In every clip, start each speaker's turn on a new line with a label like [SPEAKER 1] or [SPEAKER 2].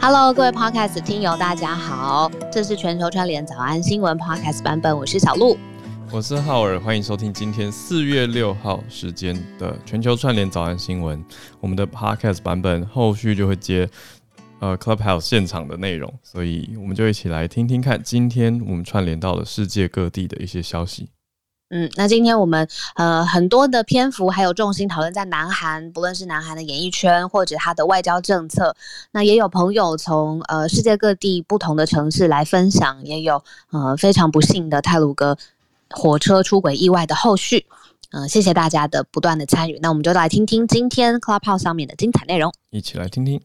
[SPEAKER 1] Hello， 各位 Podcast 听友，大家好，这是全球串联早安新闻 Podcast 版本，我是小鹿，
[SPEAKER 2] 我是浩尔，欢迎收听今天4月6号时间的全球串联早安新闻。我们的 Podcast 版本后续就会接Clubhouse 现场的内容，所以我们就一起来听听看，今天我们串联到了世界各地的一些消息。
[SPEAKER 1] 那今天我们很多的篇幅还有重心讨论在南韩，不论是南韩的演艺圈或者他的外交政策，那也有朋友从世界各地不同的城市来分享，也有非常不幸的太鲁阁火车出轨意外的后续。谢谢大家的不断的参与，那我们就来听听今天 Clubhouse 上面的精彩内容，
[SPEAKER 2] 一起来听听。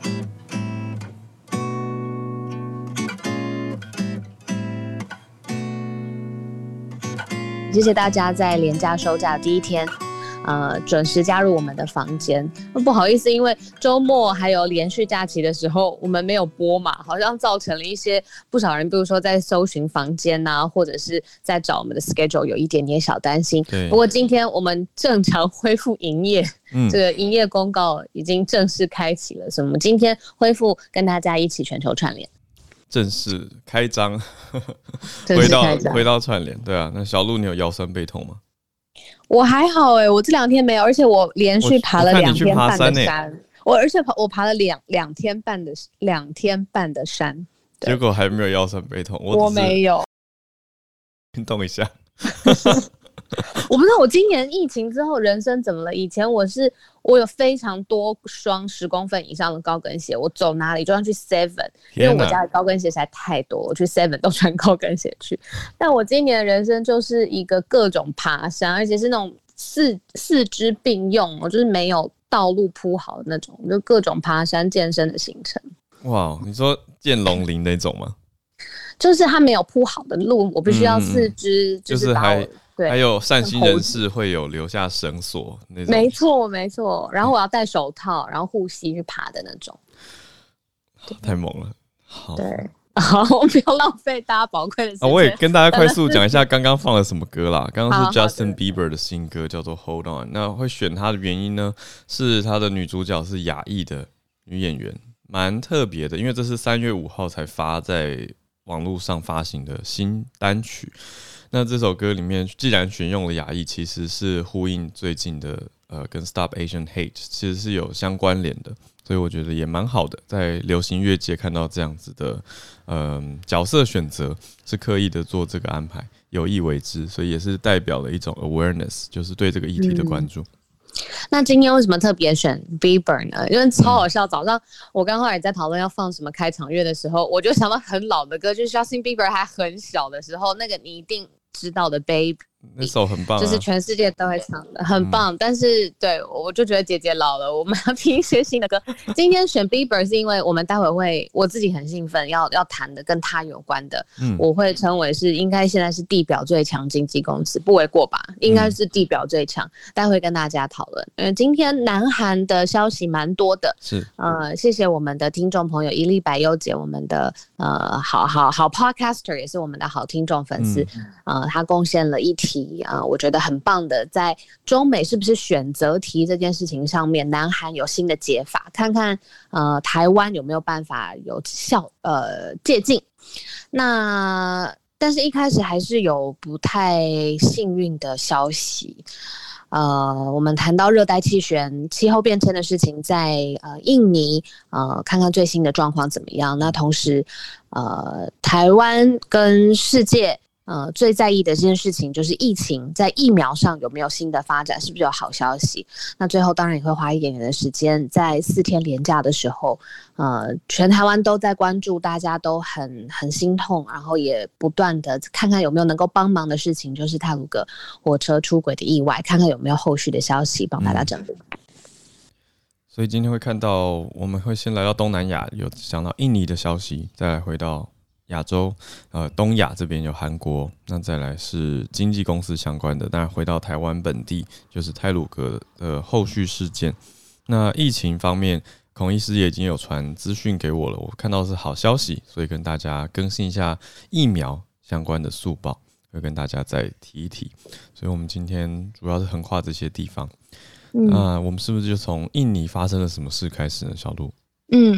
[SPEAKER 1] 谢谢大家在连假收假第一天准时加入我们的房间。不好意思，因为周末还有连续假期的时候我们没有播嘛，好像造成了一些不少人比如说在搜寻房间啊，或者是在找我们的 schedule 有一点点小担心。不过今天我们正常恢复营业，这个营业公告已经正式开启了，所以我们今天恢复跟大家一起全球串联，
[SPEAKER 2] 正式开张回到串联。对啊，那小鹿你有腰酸背痛吗？
[SPEAKER 1] 我还好我这2天没有，而且我连续爬了2天半的山，而且我爬了两天半的山，
[SPEAKER 2] 结果还没有腰酸背痛。
[SPEAKER 1] 我没有
[SPEAKER 2] 运动一下。
[SPEAKER 1] 我不知道我今年疫情之后人生怎么了，以前我有非常多双10公分以上的高跟鞋，我走哪里就要去 Seven， 因为我家的高跟鞋实在太多，我去 Seven 都穿高跟鞋去。但我今年的人生就是一个各种爬山，而且是那种四肢并用，就是没有道路铺好的那种，就各种爬山健身的行程。
[SPEAKER 2] 哇，你说剑龙林那种吗？
[SPEAKER 1] 就是它没有铺好的路，我必须要四肢就是
[SPEAKER 2] 还有善心人士会有留下绳索那种，
[SPEAKER 1] 没错。然后我要戴手套，然后护膝去爬的那种，
[SPEAKER 2] 太猛了。好，
[SPEAKER 1] 对，好，我们不要浪费大家宝贵的时间。
[SPEAKER 2] 我也跟大家快速讲一下刚刚放了什么歌啦。刚刚是 Justin Bieber 的新歌，叫做 Hold On。那会选他的原因呢，是他的女主角是亚裔的女演员，蛮特别的，因为这是3月5号才发在网络上发行的新单曲。那这首歌里面既然选用了亚裔，其实是呼应最近的跟 Stop Asian Hate 其实是有相关联的，所以我觉得也蛮好的，在流行乐界看到这样子的角色选择，是刻意的做这个安排，有意为之，所以也是代表了一种 awareness， 就是对这个议题的关注。
[SPEAKER 1] 那今天为什么特别选 Bieber 呢？因为超好笑，早上我刚好也在讨论要放什么开场乐的时候，我就想到很老的歌，就是 Justin Bieber 还很小的时候，那个你一定知道的 Baby，
[SPEAKER 2] 那首很棒
[SPEAKER 1] 就是全世界都会唱的，很棒。但是对我就觉得姐姐老了，我们要听一些新的歌。今天选 Bieber 是因为我们待会我自己很兴奋要谈的跟他有关的，我会称为是应该现在是地表最强经纪公司，不为过吧？应该是地表最强，待会跟大家讨论。因为今天南韩的消息蛮多的，
[SPEAKER 2] 是
[SPEAKER 1] 谢谢我们的听众朋友一粒百优姐，我们的好 podcaster 也是我们的好听众粉丝，他贡献了一题我觉得很棒的，在中美是不是选择题这件事情上面，南韩有新的解法，看看台湾有没有办法有借鉴。那但是一开始还是有不太幸运的消息。我们谈到热带气旋、气候变迁的事情，在印尼看看最新的状况怎么样。那同时台湾跟世界最在意的这件事情就是疫情在疫苗上有没有新的发展，是不是有好消息。那最后当然也会花一点点的时间，在4天连假的时候全台湾都在关注，大家都很心痛，然后也不断的看看有没有能够帮忙的事情，就是太鲁阁火车出轨的意外，看看有没有后续的消息帮大家整理。
[SPEAKER 2] 所以今天会看到，我们会先来到东南亚，有讲到印尼的消息，再来回到亚洲，东亚这边有韩国，那再来是经纪公司相关的，当然回到台湾本地就是太鲁阁的后续事件。那疫情方面，孔医师也已经有传资讯给我了，我看到是好消息，所以跟大家更新一下疫苗相关的速报，会跟大家再提一提。所以我们今天主要是横跨这些地方。我们是不是就从印尼发生了什么事开始呢？小鹿？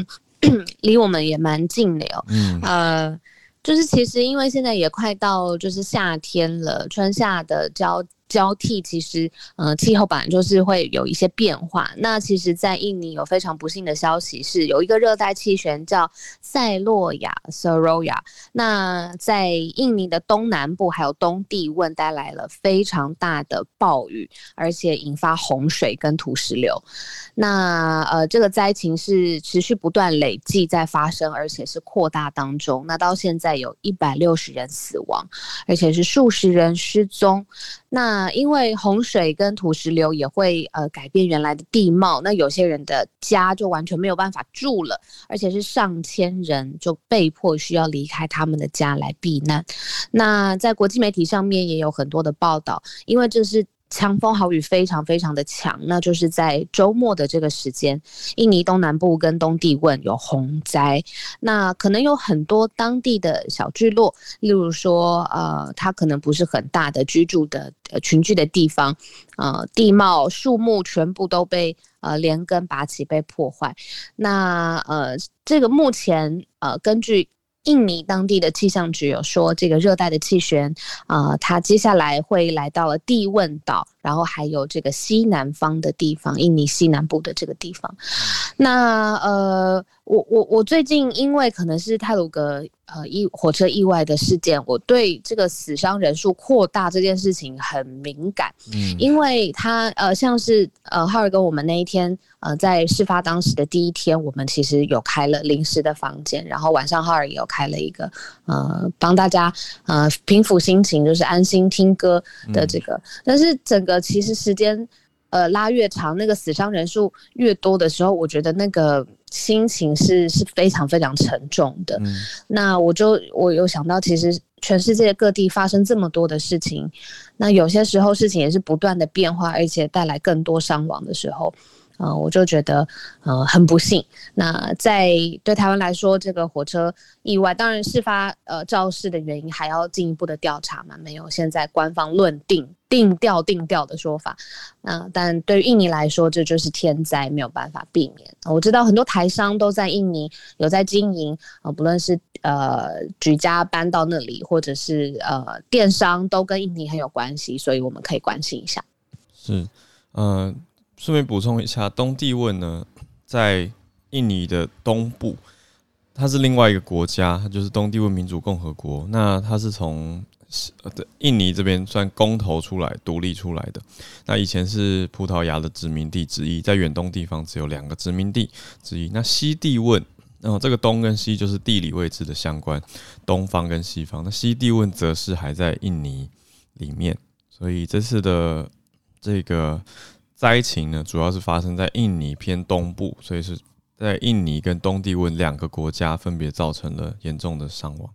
[SPEAKER 1] 离我们也蛮近的哟。就是其实因为现在也快到就是夏天了，春夏的交替，其实气候本来就是会有一些变化。那其实在印尼有非常不幸的消息，是有一个热带气旋叫塞洛亚 Saroya， 那在印尼的东南部还有东帝汶带来了非常大的暴雨，而且引发洪水跟土石流。那这个灾情是持续不断累计在发生，而且是扩大当中。那到现在有160人死亡，而且是数十人失踪。那因为洪水跟土石流也会改变原来的地貌，那有些人的家就完全没有办法住了，而且是上千人就被迫需要离开他们的家来避难。那在国际媒体上面也有很多的报道，因为这是强风豪雨非常非常的强，那就是在周末的这个时间，印尼东南部跟东帝汶有洪灾，那可能有很多当地的小聚落，例如说它可能不是很大的居住的群聚的地方，地貌树木全部都被连根拔起被破坏。那这个目前根据印尼当地的气象局有说，这个热带的气旋它接下来会来到了帝汶岛，然后还有这个西南方的地方，印尼西南部的这个地方。那我最近因为可能是太鲁阁火车意外的事件，我对这个死伤人数扩大这件事情很敏感。因为它像是浩尔跟我们那一天在事发当时的第一天，我们其实有开了临时的房间，然后晚上浩尔也有开了一个帮大家平复心情，就是安心听歌的这个。但是整个其实时间拉越长，那个死伤人数越多的时候，我觉得那个心情是非常非常沉重的。那我有想到，其实全世界各地发生这么多的事情，那有些时候事情也是不断的变化，而且带来更多伤亡的时候，我就觉得很不幸。那对台湾来说，这个火车意外，当然事发肇事的原因还要进一步的调查嘛，没有现在官方论定调的说法。但对于印尼来说，这就是天灾，没有办法避免。我知道很多台商都在印尼有在经营，不论是举家搬到那里，或者是电商，都跟印尼很有关系，所以我们可以关心一下。
[SPEAKER 2] 是，顺便补充一下，东帝汶呢，在印尼的东部，它是另外一个国家，它就是东帝汶民主共和国。那它是从印尼这边算公投出来独立出来的。那以前是葡萄牙的殖民地之一，在远东地方只有2个殖民地之一。那西帝汶，这个东跟西就是地理位置的相关，东方跟西方。那西帝汶则是还在印尼里面，所以这次的这个灾情呢，主要是发生在印尼偏东部，所以是在印尼跟东帝汶2个国家分别造成了严重的伤亡。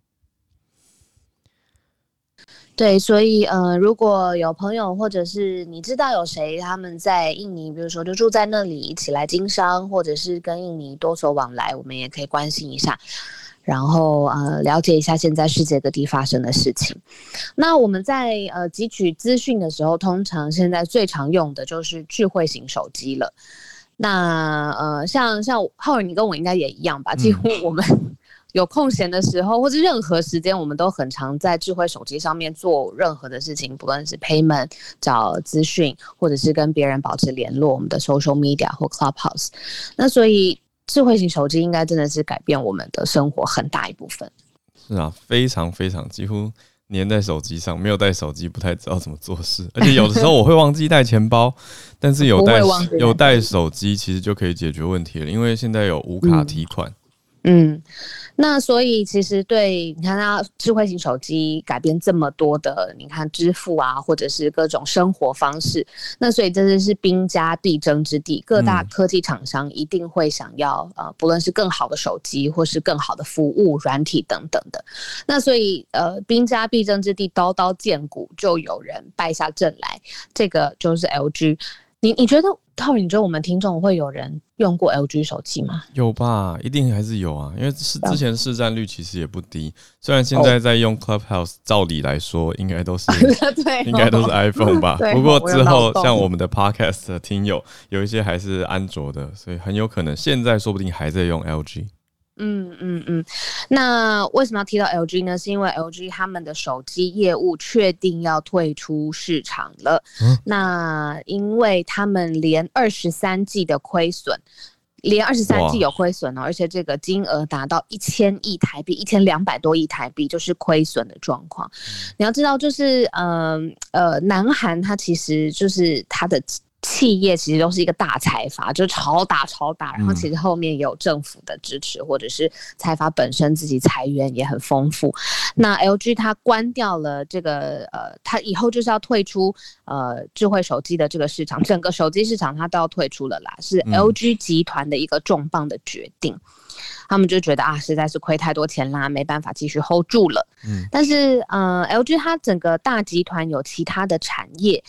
[SPEAKER 1] 对，所以如果有朋友或者是你知道有谁他们在印尼，比如说就住在那里一起来经商，或者是跟印尼多所往来，我们也可以关心一下，然后了解一下现在世界各地发生的事情。那我们在汲取资讯的时候，通常现在最常用的就是智慧型手机了。那像浩尔，你跟我应该也一样吧？几乎我们有空闲的时候，或者任何时间，我们都很常在智慧手机上面做任何的事情，不论是 payment、找资讯，或者是跟别人保持联络，我们的 social media 或 Clubhouse。那所以智慧型手机应该真的是改变我们的生活很大一部分。
[SPEAKER 2] 是啊，非常非常，几乎黏在手机上，没有带手机不太知道怎么做事，而且有的时候我会忘记带钱包，但是有带手机其实就可以解决问题了，因为现在有无卡提款。
[SPEAKER 1] 那所以其实对，你看它智慧型手机改变这么多的，你看支付啊，或者是各种生活方式，那所以这是兵家必争之地，各大科技厂商一定会想要不论是更好的手机，或是更好的服务软体等等的。那所以兵家必争之地，刀刀见骨，就有人败下阵来，这个就是 LG。你觉得你觉得我们听众会有人用过 LG 手机吗？
[SPEAKER 2] 有吧，一定还是有啊，因为之前市占率其实也不低。虽然现在在用 Clubhouse， 照理来说应该都是应该都是 iPhone 吧。不过之后像我们的 Podcast 的听友有一些还是安卓的，所以很有可能现在说不定还在用 LG。
[SPEAKER 1] 那为什么要提到 LG 呢？是因为 LG 他们的手机业务确定要退出市场了。那因为他们连23季的亏损，连23季有亏损而且这个金额达到1000亿台币，1200多亿台币，就是亏损的状况。你要知道，就是南韩它其实就是它的企业其实都是一个大财阀，就超大，然后其实后面也有政府的支持，或者是财阀本身自己财源也很丰富。那 LG 它关掉了这个它以后就是要退出智慧手机的这个市场，整个手机市场它都要退出了啦，是 LG 集团的一个重磅的决定。他们就觉得实在是亏太多钱啦，没办法继续 hold 住了。但是LG 它整个大集团有其他的产业，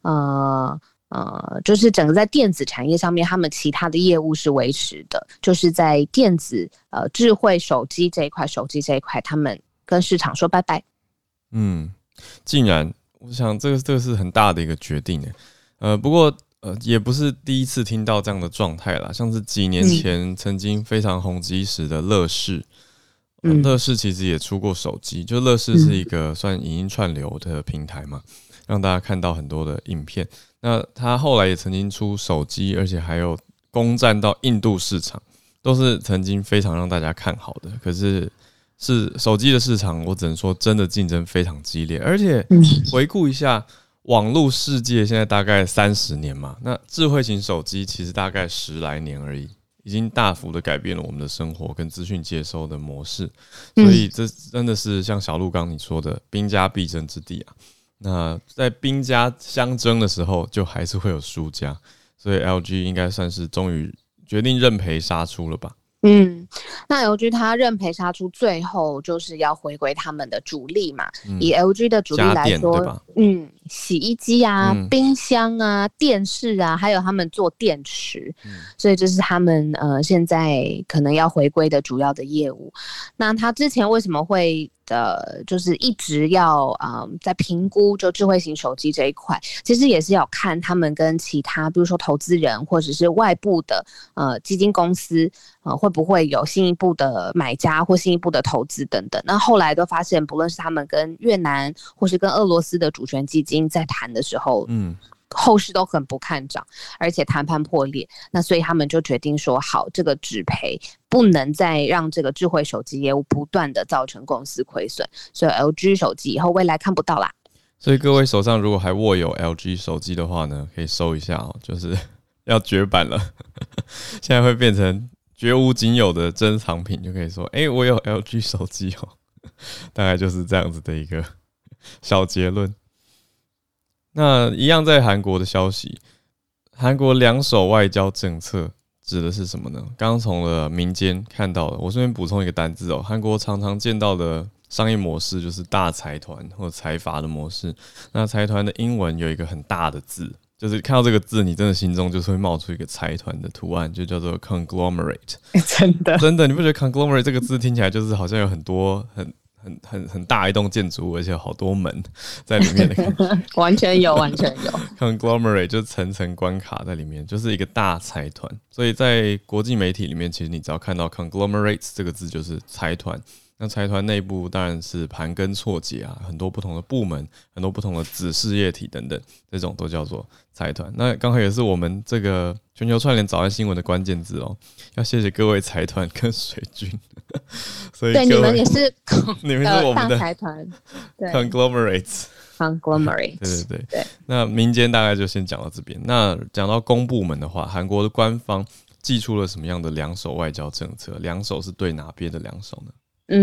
[SPEAKER 1] 就是整个在电子产业上面，他们其他的业务是维持的，就是在电子智慧手机这一块，他们跟市场说拜拜。
[SPEAKER 2] 竟然，我想这个是很大的一个决定耶。不过也不是第一次听到这样的状态啦，像是几年前曾经非常红极一时的乐视。乐视其实也出过手机，就乐视是一个算影音串流的平台嘛，让大家看到很多的影片。那他后来也曾经出手机，而且还有攻占到印度市场，都是曾经非常让大家看好的。可是手机的市场，我只能说真的竞争非常激烈。而且回顾一下网络世界，现在大概30年嘛，那智慧型手机其实大概10来年而已，已经大幅的改变了我们的生活跟资讯接收的模式。所以这真的是像小鹿刚你说的兵家必争之地啊。那在兵家相争的时候，就还是会有输家，所以 LG 应该算是终于决定认赔杀出了吧。
[SPEAKER 1] 那 LG 它认赔杀出，最后就是要回归他们的主力嘛。以 LG 的主力来说，洗衣机啊、冰箱啊、电视啊，还有他们做电池，所以这是他们现在可能要回归的主要的业务。那他之前为什么会就是一直要在评估就智慧型手机这一块，其实也是要看他们跟其他比如说投资人或者是外部的基金公司会不会有进一步的买家或进一步的投资等等。那后来都发现，不论是他们跟越南或是跟俄罗斯的主权基金在谈的时候，后市都很不看涨，而且谈判破裂。那所以他们就决定说，好，这个止赔不能再让这个智慧手机业务不断的造成公司亏损，所以 LG 手机以后未来看不到啦。
[SPEAKER 2] 所以各位手上如果还握有 LG 手机的话呢，可以收一下就是要绝版了，现在会变成绝无仅有的珍藏品，就可以说，我有 LG 手机大概就是这样子的一个小结论。那一样在韩国的消息，韩国两手外交政策指的是什么呢？刚刚从了民间看到了，我顺便补充一个单字韩国常常见到的商业模式就是大财团或财阀的模式。那财团的英文有一个很大的字，就是看到这个字，你真的心中就是会冒出一个财团的图案，就叫做 conglomerate。真的，你不觉得 conglomerate 这个字听起来就是好像有很多很大一栋建筑物，而且有好多门在里面的感觉。
[SPEAKER 1] 完全有
[SPEAKER 2] conglomerate 就层层关卡在里面，就是一个大财团。所以在国际媒体里面，其实你只要看到 conglomerates 这个字，就是财团。那财团内部当然是盘根错节很多不同的部门，很多不同的子事业体等等，这种都叫做财团。那刚好也是我们这个全球串联早安新闻的关键字要谢谢各位财团跟水军。所以
[SPEAKER 1] 对，你们也是
[SPEAKER 2] 你们是我们的
[SPEAKER 1] 大财团
[SPEAKER 2] conglomerates。对。那民间大概就先讲到这边。那讲到公部门的话，韩国的官方祭出了什么样的两手外交政策？两手是对哪边的两手呢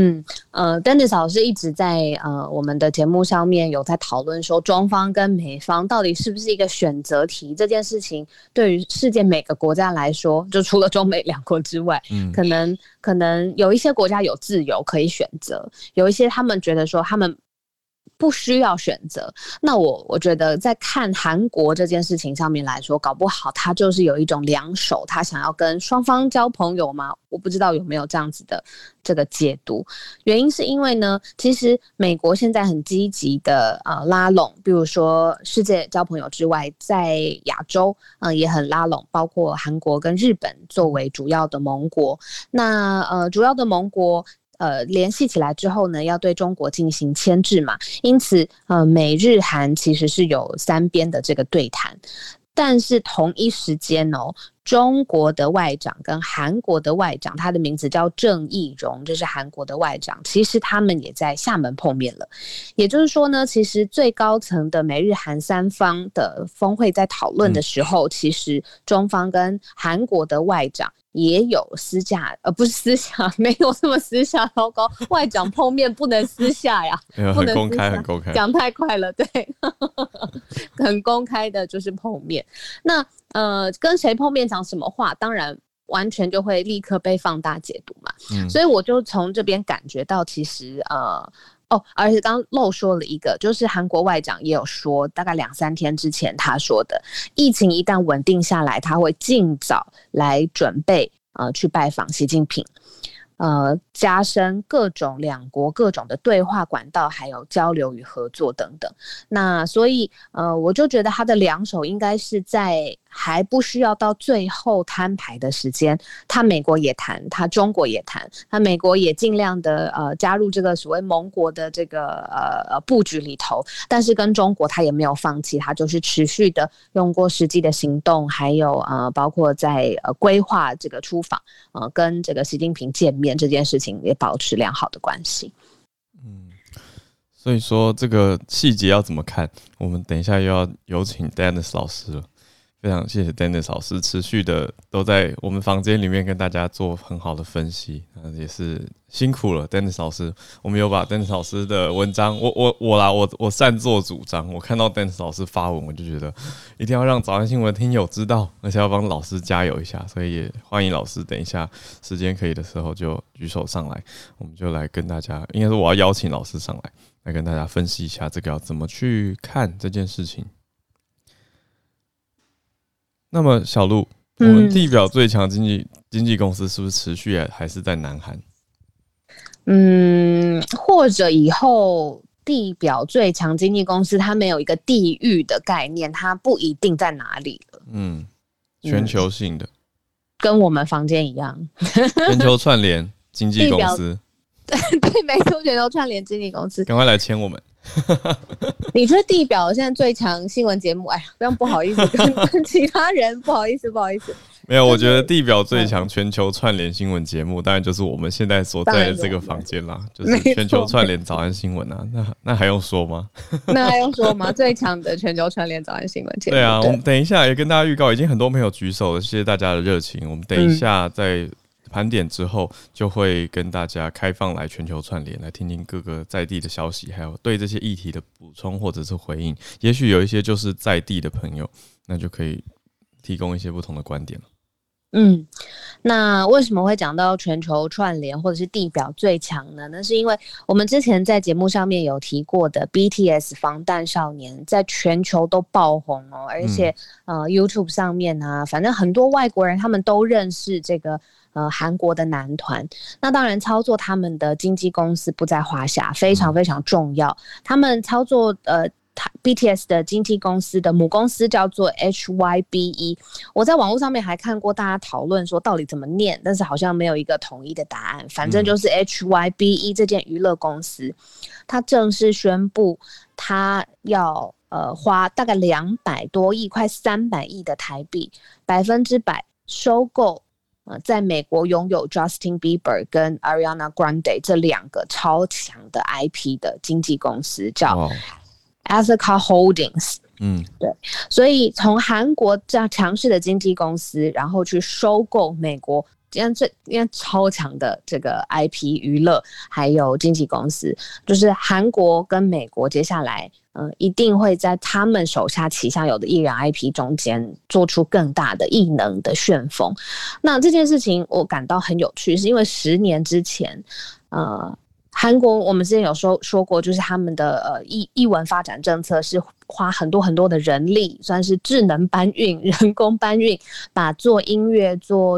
[SPEAKER 1] ？Dennis 老师一直在我们的节目上面有在讨论说，中方跟美方到底是不是一个选择题这件事情，对于世界每个国家来说，就除了中美两国之外，可能有一些国家有自由可以选择，有一些他们觉得说他们不需要选择。那我觉得在看韩国这件事情上面来说，搞不好他就是有一种两手，他想要跟双方交朋友吗？我不知道有没有这样子的这个解读。原因是因为呢，其实美国现在很积极的拉拢，比如说世界交朋友之外，在亚洲也很拉拢，包括韩国跟日本作为主要的盟国。那主要的盟国联系起来之后呢，要对中国进行牵制嘛，因此美日韩其实是有3边的这个对谈。但是同一时间中国的外长跟韩国的外长，他的名字叫郑义溶，这是韩国的外长，其实他们也在厦门碰面了。也就是说呢，其实最高层的美日韩3方的峰会在讨论的时候，其实中方跟韩国的外长也有私下，不是私下，没有这么私下，糟糕，外长碰面不能私下呀，
[SPEAKER 2] 很公开，很公开，
[SPEAKER 1] 讲太快了，对，很公开的就是碰面。那跟谁碰面讲什么话，当然完全就会立刻被放大解读嘛。所以我就从这边感觉到，其实而且刚刚漏说了一个，就是韩国外长也有说，大概2-3天之前他说的，疫情一旦稳定下来，他会尽早来准备去拜访习近平。加深两国各种的对话管道，还有交流与合作等等。那所以我就觉得他的两手应该是在还不需要到最后摊牌的时间，他美国也谈，他中国也谈，他美国也尽量的加入这个所谓盟国的这个布局里头，但是跟中国他也没有放弃，他就是持续的用过实际的行动，还有包括在规划这个出访跟这个习近平见面这件事情也保持良好的关系。
[SPEAKER 2] 所以说这个细节要怎么看，我们等一下又要有请 Dennis 老师了。非常谢谢 Dennis 老师持续的都在我们房间里面跟大家做很好的分析，也是辛苦了 Dennis 老师。我们有把 Dennis 老师的文章，我擅作主张，我看到 Dennis 老师发文，我就觉得一定要让早安新闻听友知道，而且要帮老师加油一下，所以也欢迎老师等一下时间可以的时候就举手上来，我们就来跟大家，应该是我要邀请老师上来跟大家分析一下这个要怎么去看这件事情。那么小路，我们地表最强经纪公司是不是持续还是在南韩？
[SPEAKER 1] 或者以后地表最强经纪公司它没有一个地域的概念，它不一定在哪里了。
[SPEAKER 2] 全球性的，
[SPEAKER 1] 跟我们房间一样，
[SPEAKER 2] 全球串联经纪公司。
[SPEAKER 1] 对，没错，全球串联经纪公司，
[SPEAKER 2] 赶快来签我们。
[SPEAKER 1] 你说地表现在最强新闻节目，哎呀，非常不好意思跟其他人，不好意思。
[SPEAKER 2] 没有，我觉得地表最强全球串联新闻节目，当然就是我们现在所在的这个房间啦，就是全球串联早安新闻啊。那还用说吗？
[SPEAKER 1] 那还用说吗？最强的全球串联早安新闻节目。
[SPEAKER 2] 对啊，我们等一下也跟大家预告，已经很多朋友举手了，谢谢大家的热情。我们等一下在盘点之后，就会跟大家开放来全球串联，来听听各个在地的消息，还有对这些议题的补充或者是回应。也许有一些就是在地的朋友，那就可以提供一些不同的观点了。
[SPEAKER 1] 那为什么会讲到全球串联或者是地表最强呢？那是因为我们之前在节目上面有提过的 BTS 防弹少年在全球都爆红哦，而且YouTube 上面啊，反正很多外国人他们都认识这个韩国的男团。那当然操作他们的经纪公司不在话下，非常非常重要。他们操作BTS 的经纪公司的母公司叫做 HYBE， 我在网络上面还看过大家讨论说到底怎么念，但是好像没有一个统一的答案，反正就是 HYBE 这件娱乐公司，它正式宣布它要花大概200多亿，快300亿的台币，100%收购在美国拥有 Justin Bieber 跟 Ariana Grande 这2个超强的 IP 的经纪公司，叫Ithaca Holdings。对，所以从韩国这样强势的经纪公司，然后去收购美国这样超强的这个 IP 娱乐还有经纪公司，就是韩国跟美国接下来一定会在他们手下旗下有的艺人 IP 中间做出更大的异能的旋风。那这件事情我感到很有趣，是因为10年之前韩国我们之前有说过，就是他们的艺文发展政策是花很多很多的人力，算是智能搬运、人工搬运，把做音乐、做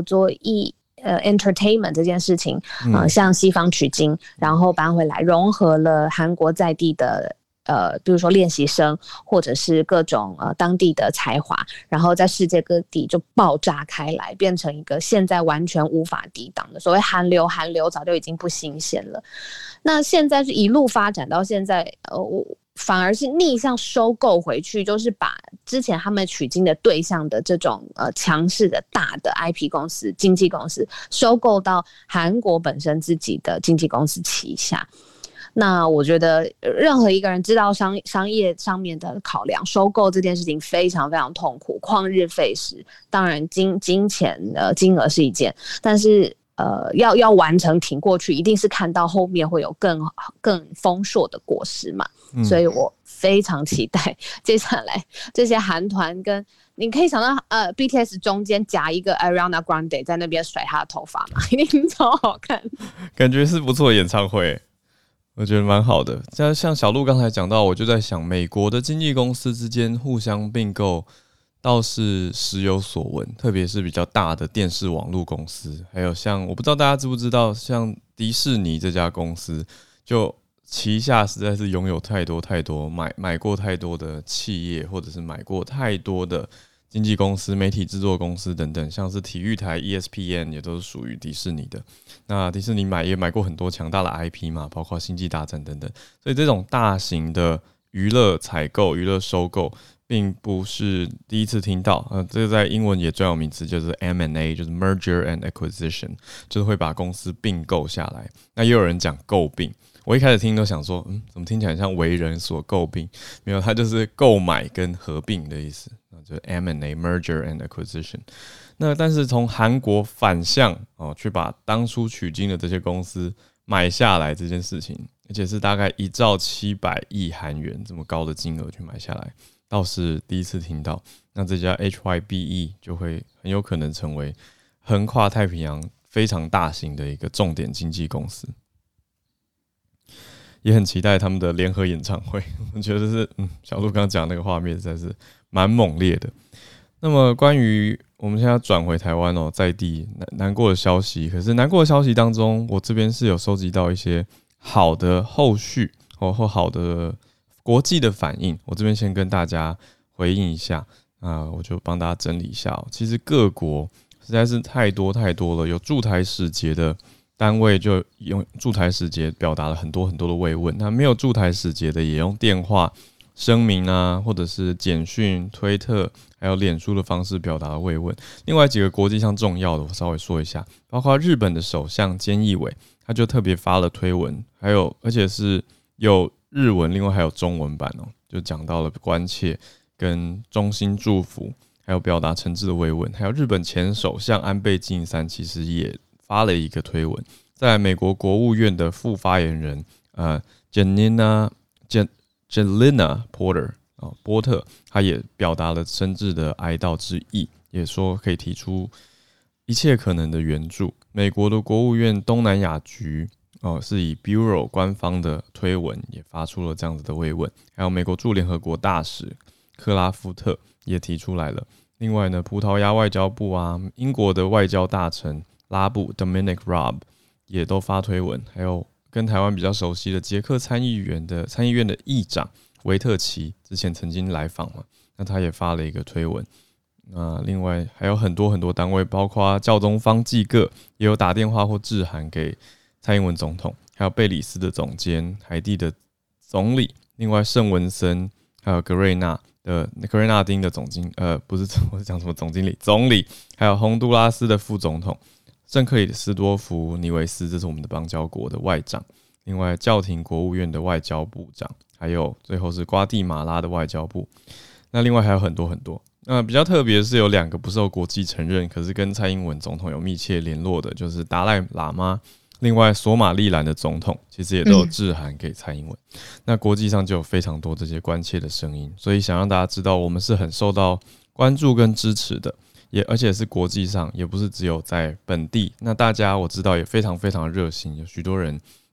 [SPEAKER 1] entertainment 这件事情，向西方取经，然后搬回来，融合了韩国在地的。比如说练习生，或者是各种当地的才华，然后在世界各地就爆炸开来，变成一个现在完全无法抵挡的所谓韩流早就已经不新鲜了。那现在是一路发展到现在，反而是逆向收购回去，就是把之前他们取经的对象的这种强势的大的 IP 公司、经纪公司收购到韩国本身自己的经纪公司旗下。那我觉得任何一个人知道商业上面的考量，收购这件事情非常非常痛苦，旷日费时。当然金钱金额是一件，但是要完成挺过去，一定是看到后面会有更丰硕的果实嘛。所以我非常期待接下来这些韩团跟你可以想到BTS 中间夹一个 Ariana Grande 在那边甩他的头发嘛，一定超好看，
[SPEAKER 2] 感觉是不错的演唱会。我觉得蛮好的，像小鹿刚才讲到，我就在想，美国的经纪公司之间互相并购，倒是时有所闻，特别是比较大的电视网络公司，还有像我不知道大家知不知道，像迪士尼这家公司，就旗下实在是拥有太多买过太多的企业，或者是买过太多的经纪公司、媒体制作公司等等，像是体育台 ESPN 也都是属于迪士尼的。那迪士尼也买过很多强大的 IP 嘛，包括星际大战等等。所以这种大型的娱乐采购、娱乐收购，并不是第一次听到。这个在英文也专有名词，就是 M&A， 就是 Merger and Acquisition， 就是会把公司并购下来。那也有人讲购并。我一开始听都想说，怎么听起来像为人所诟病？没有，它就是购买跟合并的意思，就是 M&A Merger and Acquisition。那但是从韩国反向去把当初取经的这些公司买下来这件事情，而且是大概1兆700亿韩元这么高的金额去买下来，倒是第一次听到。那这家 HYBE 就会很有可能成为横跨太平洋非常大型的一个重点经纪公司。也很期待他们的联合演唱会，我觉得是小鹿刚刚讲那个画面实在是蛮猛烈的。那么关于我们现在转回台湾在地难过的消息，可是难过的消息当中，我这边是有收集到一些好的后续或好的国际的反应，我这边先跟大家回应一下我就帮大家整理一下其实各国实在是太多了，有驻台使节的单位就用驻台使节表达了很多的慰问，那没有驻台使节的也用电话声明或者是简讯、推特还有脸书的方式表达了慰问。另外几个国际上重要的我稍微说一下，包括日本的首相菅义伟，他就特别发了推文，而且是有日文，另外还有中文版就讲到了关切跟衷心祝福，还有表达诚挚的慰问。还有日本前首相安倍晋三其实也发了一个推文。在美国国务院的副发言人Jalina Porter 波特，他也表达了深挚的哀悼之意，也说可以提出一切可能的援助。美国的国务院东南亚局是以 Bureau 官方的推文也发出了这样子的慰问，还有美国驻联合国大使克拉夫特也提出来了。另外呢，葡萄牙外交部英国的外交大臣拉布 Dominic Raab 也都发推文，还有跟台湾比较熟悉的捷克参议院的议长维特奇之前曾经来访嘛，那他也发了一个推文。另外还有很多单位，包括教宗方济各也有打电话或致函给蔡英文总统，还有贝里斯的总监、海地的总理，另外圣文森还有格瑞纳丁的总经不是我是讲什么总经理，总理，还有洪都拉斯的副总统圣克里斯多福尼维斯，这是我们的邦交国的外长，另外教廷国务院的外交部长，还有最后是瓜地马拉的外交部。那另外还有很多比较特别的是有2个不受国际承认，可是跟蔡英文总统有密切联络的，就是达赖喇嘛，另外索马利兰的总统其实也都有致函给蔡英文。那国际上就有非常多这些关切的声音，所以想让大家知道我们是很受到关注跟支持的，而且是国际上，也不是只有在本地。那大家我知道也非常热心，有许多人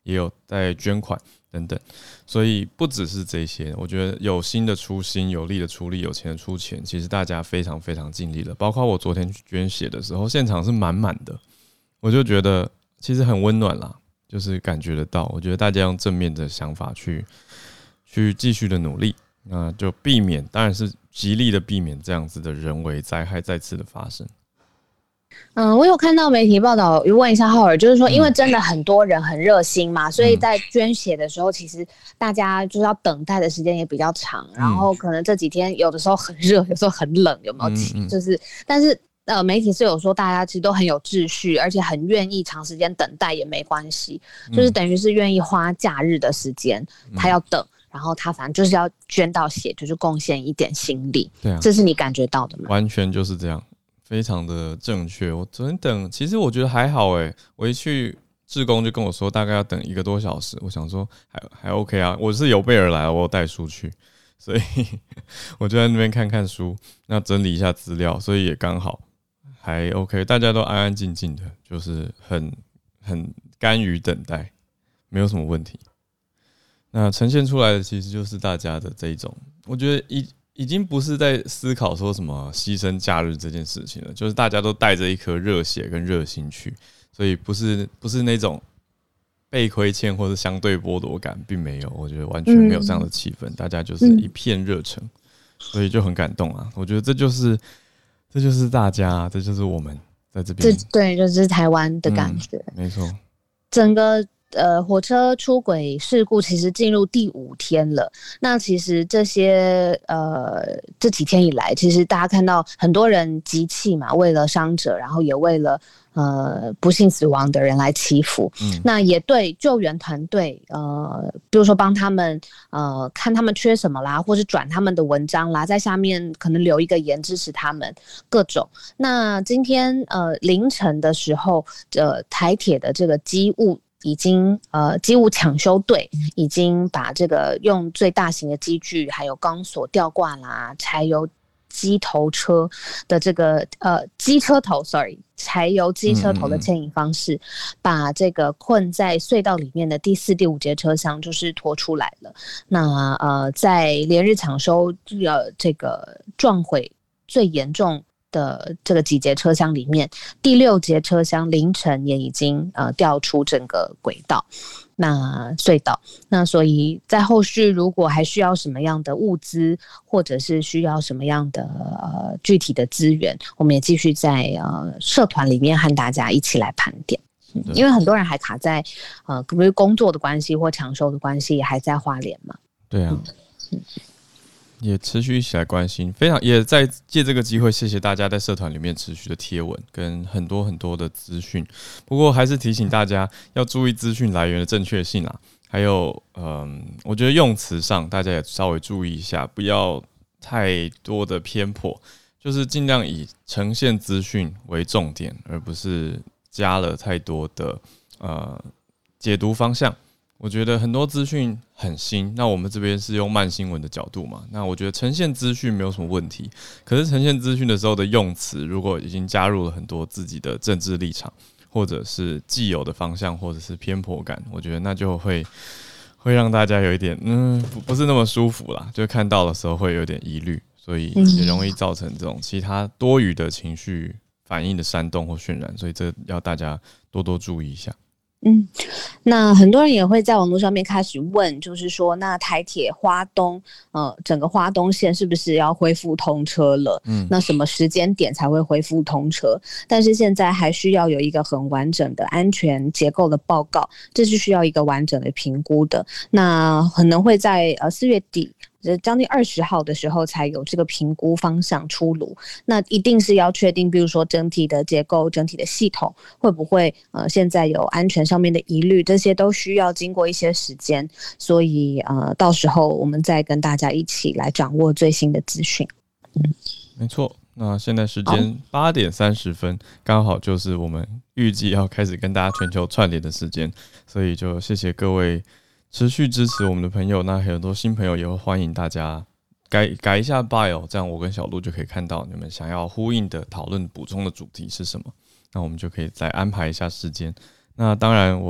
[SPEAKER 2] 也有在捐款等等，所以不只是这些，我觉得有心的出心，有力的出力，有钱的出钱，其实大家非常非常尽力了。包括我昨天去捐血的时候，现场是满满的，我就觉得其实很温暖啦，就是感觉得到。我觉得大家用正面的想法去继续的努力，那就避免，当然是极力的避免这样子的人为灾害再次的发生。
[SPEAKER 1] 我有看到媒体报道，问一下浩尔，就是说，因为真的很多人很热心嘛，所以在捐血的时候，其实大家就是要等待的时间也比较长，然后可能这几天有的时候很热，有时候很冷，有没有？就是，但是媒体是有说大家其实都很有秩序，而且很愿意长时间等待也没关系，就是等于是愿意花假日的时间，他要等。然后他反正就是要捐到血，就是贡献一点心力。对啊，这是你感觉到的吗？
[SPEAKER 2] 完全就是这样，非常的正确。我昨天等，其实我觉得还好欸，我一去志工就跟我说大概要等1个多小时，我想说还 OK 啊，我是有备而来，我有带书去，所以我就在那边看看书，那整理一下资料，所以也刚好还 OK， 大家都安安静静的，就是很甘于等待，没有什么问题。那呈现出来的其实就是大家的这一种，我觉得已经不是在思考说什么牺牲假日这件事情了，就是大家都带着一颗热血跟热心去，所以不是那种被亏欠或是相对剥夺感，并没有，我觉得完全没有这样的气氛，大家就是一片热忱，所以就很感动啊！我觉得这就是大家，这就是我们在这边，
[SPEAKER 1] 对，就是台湾的感觉，
[SPEAKER 2] 没错，
[SPEAKER 1] 整个。火车出轨事故其实进入第5天了。那其实这几天以来，其实大家看到很多人集气嘛，为了伤者，然后也为了不幸死亡的人来祈福。那也对救援团队比如说帮他们看他们缺什么啦，或是转他们的文章啦，在下面可能留一个言支持他们各种。那今天凌晨的时候，台铁的这个机务抢修队已经把这个用最大型的机具，还有钢索吊挂啦、柴油机头车的这个柴油机车头的牵引方式，把这个困在隧道里面的第4、第5节车厢就是拖出来了。那在连日抢修这个撞毁最严重的这个几节车厢里面，第6节车厢凌晨也已经调出整个轨道，那隧道。那所以在后续如果还需要什么样的物资，或者是需要什么样的具体的资源，我们也继续在社团里面和大家一起来盘点。因为很多人还卡在比如工作的关系或抢修的关系，也还在花莲嘛。
[SPEAKER 2] 对啊。也持续一起来关心，也在借这个机会，谢谢大家在社团里面持续的贴文跟很多很多的资讯。不过还是提醒大家要注意资讯来源的正确性啦，还有我觉得用词上大家也稍微注意一下，不要太多的偏颇，就是尽量以呈现资讯为重点，而不是加了太多的解读方向。我觉得很多资讯很新，那我们这边是用慢新闻的角度嘛，那我觉得呈现资讯没有什么问题，可是呈现资讯的时候的用词，如果已经加入了很多自己的政治立场，或者是既有的方向，或者是偏颇感，我觉得那就会让大家有一点不是那么舒服啦，就看到的时候会有点疑虑，所以也容易造成这种其他多余的情绪反应的煽动或渲染，所以这要大家多多注意一下。
[SPEAKER 1] 那很多人也会在网络上面开始问，就是说那台铁花东整个花东线是不是要恢复通车了？那什么时间点才会恢复通车？但是现在还需要有一个很完整的安全结构的报告，这是需要一个完整的评估的。那可能会在4月底将近20号的时候才有这个评估方向出炉，那一定是要确定，比如说整体的结构、整体的系统会不会现在有安全上面的疑虑，这些都需要经过一些时间，所以到时候我们再跟大家一起来掌握最新的资讯。
[SPEAKER 2] 没错，那现在时间8点30分，刚好就是我们预计要开始跟大家全球串联的时间，所以就谢谢各位持续支持我们的朋友，那还有很多新朋友也会欢迎大家改一下 bio， 这样我跟小鹿就可以看到你们想要呼应的讨论补充的主题是什么，那我们就可以再安排一下时间。那当然我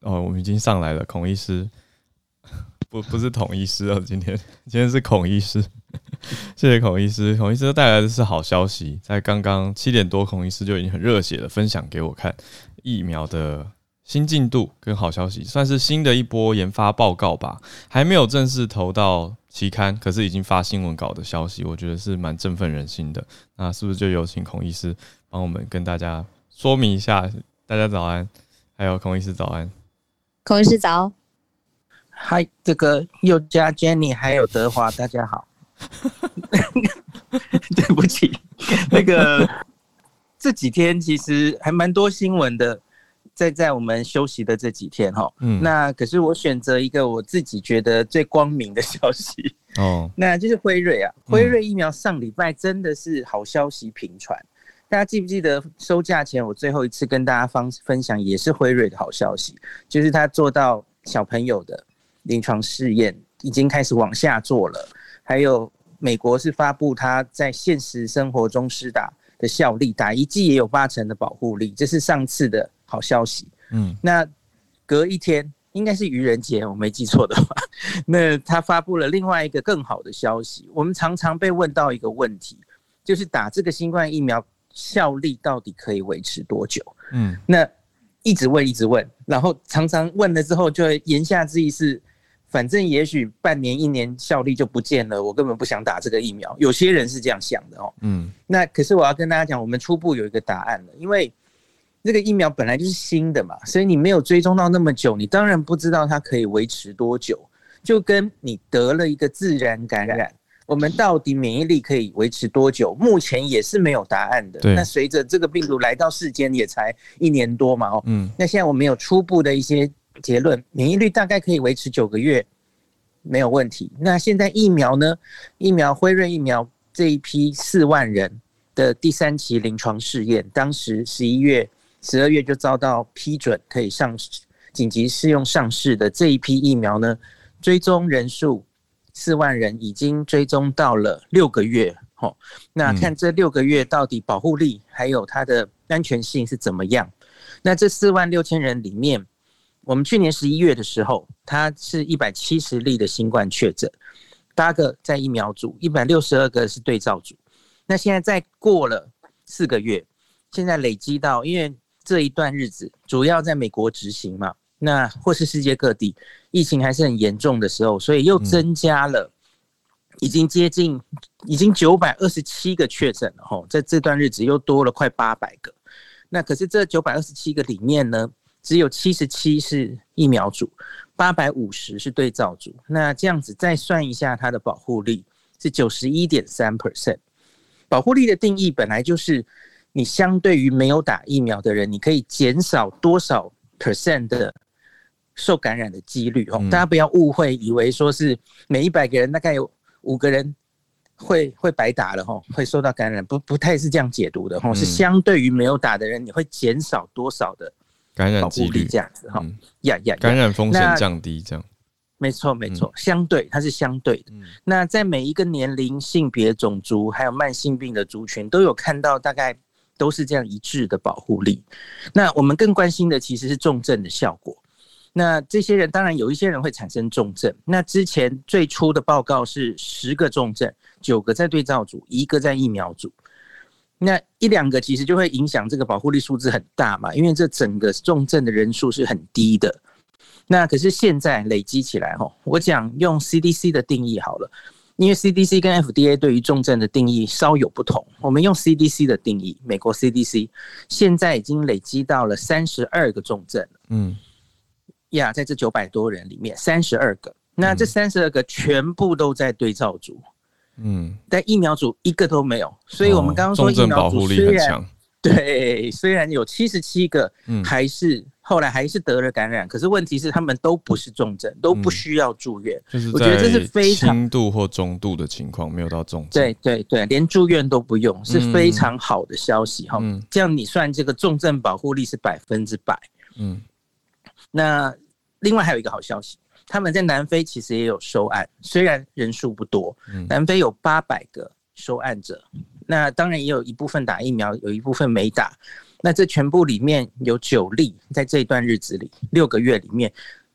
[SPEAKER 2] 我们已经上来了，孔医师，不是统医师了，今天是孔医师，谢谢孔医师，孔医师带来的是好消息，在刚刚7点多，孔医师就已经很热血的分享给我看疫苗的新进度跟好消息，算是新的一波研发报告吧，还没有正式投到期刊，可是已经发新闻稿的消息，我觉得是蛮振奋人心的。那是不是就有请孔医师帮我们跟大家说明一下？大家早安，还有孔医师早安。
[SPEAKER 1] 孔医师早。
[SPEAKER 3] 嗨，这个佑嘉、Jenny 还有德华，大家好。对不起，那个这几天其实还蛮多新闻的，在我们休息的这几天哈。那可是我选择一个我自己觉得最光明的消息哦，那就是辉瑞啊，辉瑞疫苗上礼拜真的是好消息频传。大家记不记得收假前我最后一次跟大家分享也是辉瑞的好消息，就是他做到小朋友的临床试验已经开始往下做了，还有美国是发布他在现实生活中施打的效力，打一剂也有80%的保护力，这是上次的好消息。那隔一天应该是愚人节，我没记错的话，那他发布了另外一个更好的消息。我们常常被问到一个问题，就是打这个新冠疫苗效力到底可以维持多久？那一直问，然后常常问了之后，就会言下之意是，反正也许半年、1年效力就不见了，我根本不想打这个疫苗。有些人是这样想的哦。那可是我要跟大家讲，我们初步有一个答案了，因为这个疫苗本来就是新的嘛，所以你没有追踪到那么久，你当然不知道它可以维持多久。就跟你得了一个自然感染，我们到底免疫力可以维持多久？目前也是没有答案的。那随着这个病毒来到世间也才1年多嘛，那现在我们有初步的一些结论，免疫力大概可以维持9个月，没有问题。那现在疫苗呢？辉瑞疫苗这一批4万人的第3期临床试验，当时11月、12月就遭到批准，可以紧急适用上市的这一批疫苗呢，追踪人数4万人已经追踪到了6个月，那看这6个月到底保护力还有它的安全性是怎么样。那这46000人里面，我们去年11月的时候，它是170例的新冠确诊，8个在疫苗组，162个是对照组。那现在再过了4个月，现在累积到，因为这一段日子主要在美国执行嘛，那或是世界各地疫情还是很严重的时候，所以又增加了，已经927个确诊了，在这段日子又多了快800个。那可是这927个里面呢，只有77是疫苗组，850是对照组。那这样子再算一下，它的保护力是 91.3%。保护力的定义本来就是你相对于没有打疫苗的人，你可以减少多少 % 的受感染的几率。大家不要误会，以为说是每100个人大概有5个人会白打了，会受到感染，不太是这样解读的，是相对于没有打的人，你会减少多少的
[SPEAKER 2] 感染几率
[SPEAKER 3] 这样子，
[SPEAKER 2] 感染风险降低这样。
[SPEAKER 3] 没错，相对，它是相对的。那在每一个年龄、性别、种族还有慢性病的族群都有看到，大概都是这样一致的保护力。那我们更关心的其实是重症的效果。那这些人当然有一些人会产生重症，那之前最初的报告是10个重症，9个在对照组，1个在疫苗组。那1、2个其实就会影响这个保护力数字很大嘛，因为这整个重症的人数是很低的。那可是现在累积起来，我讲用 CDC 的定义好了，因为 CDC 跟 FDA 对于重症的定义稍有不同，我们用 CDC 的定义，美国 CDC 现在已经累积到了32个重症了。在这900多人里面32个，那这32个全部都在对照组，但疫苗组1个都没有。所以我们刚刚说疫苗组虽然有77个后来还是得了感染，可是问题是他们都不是重症，都不需要住院。我觉得这是非常
[SPEAKER 2] 轻度或中度的情况，没有到重症。
[SPEAKER 3] 对，连住院都不用，是非常好的消息。这样你算这个重症保护力是100%。那另外还有一个好消息，他们在南非其实也有收案，虽然人数不多，南非有800个收案者。那当然也有一部分打疫苗，有一部分没打。 那这全部里面有9例，在这一段日子里6个月里面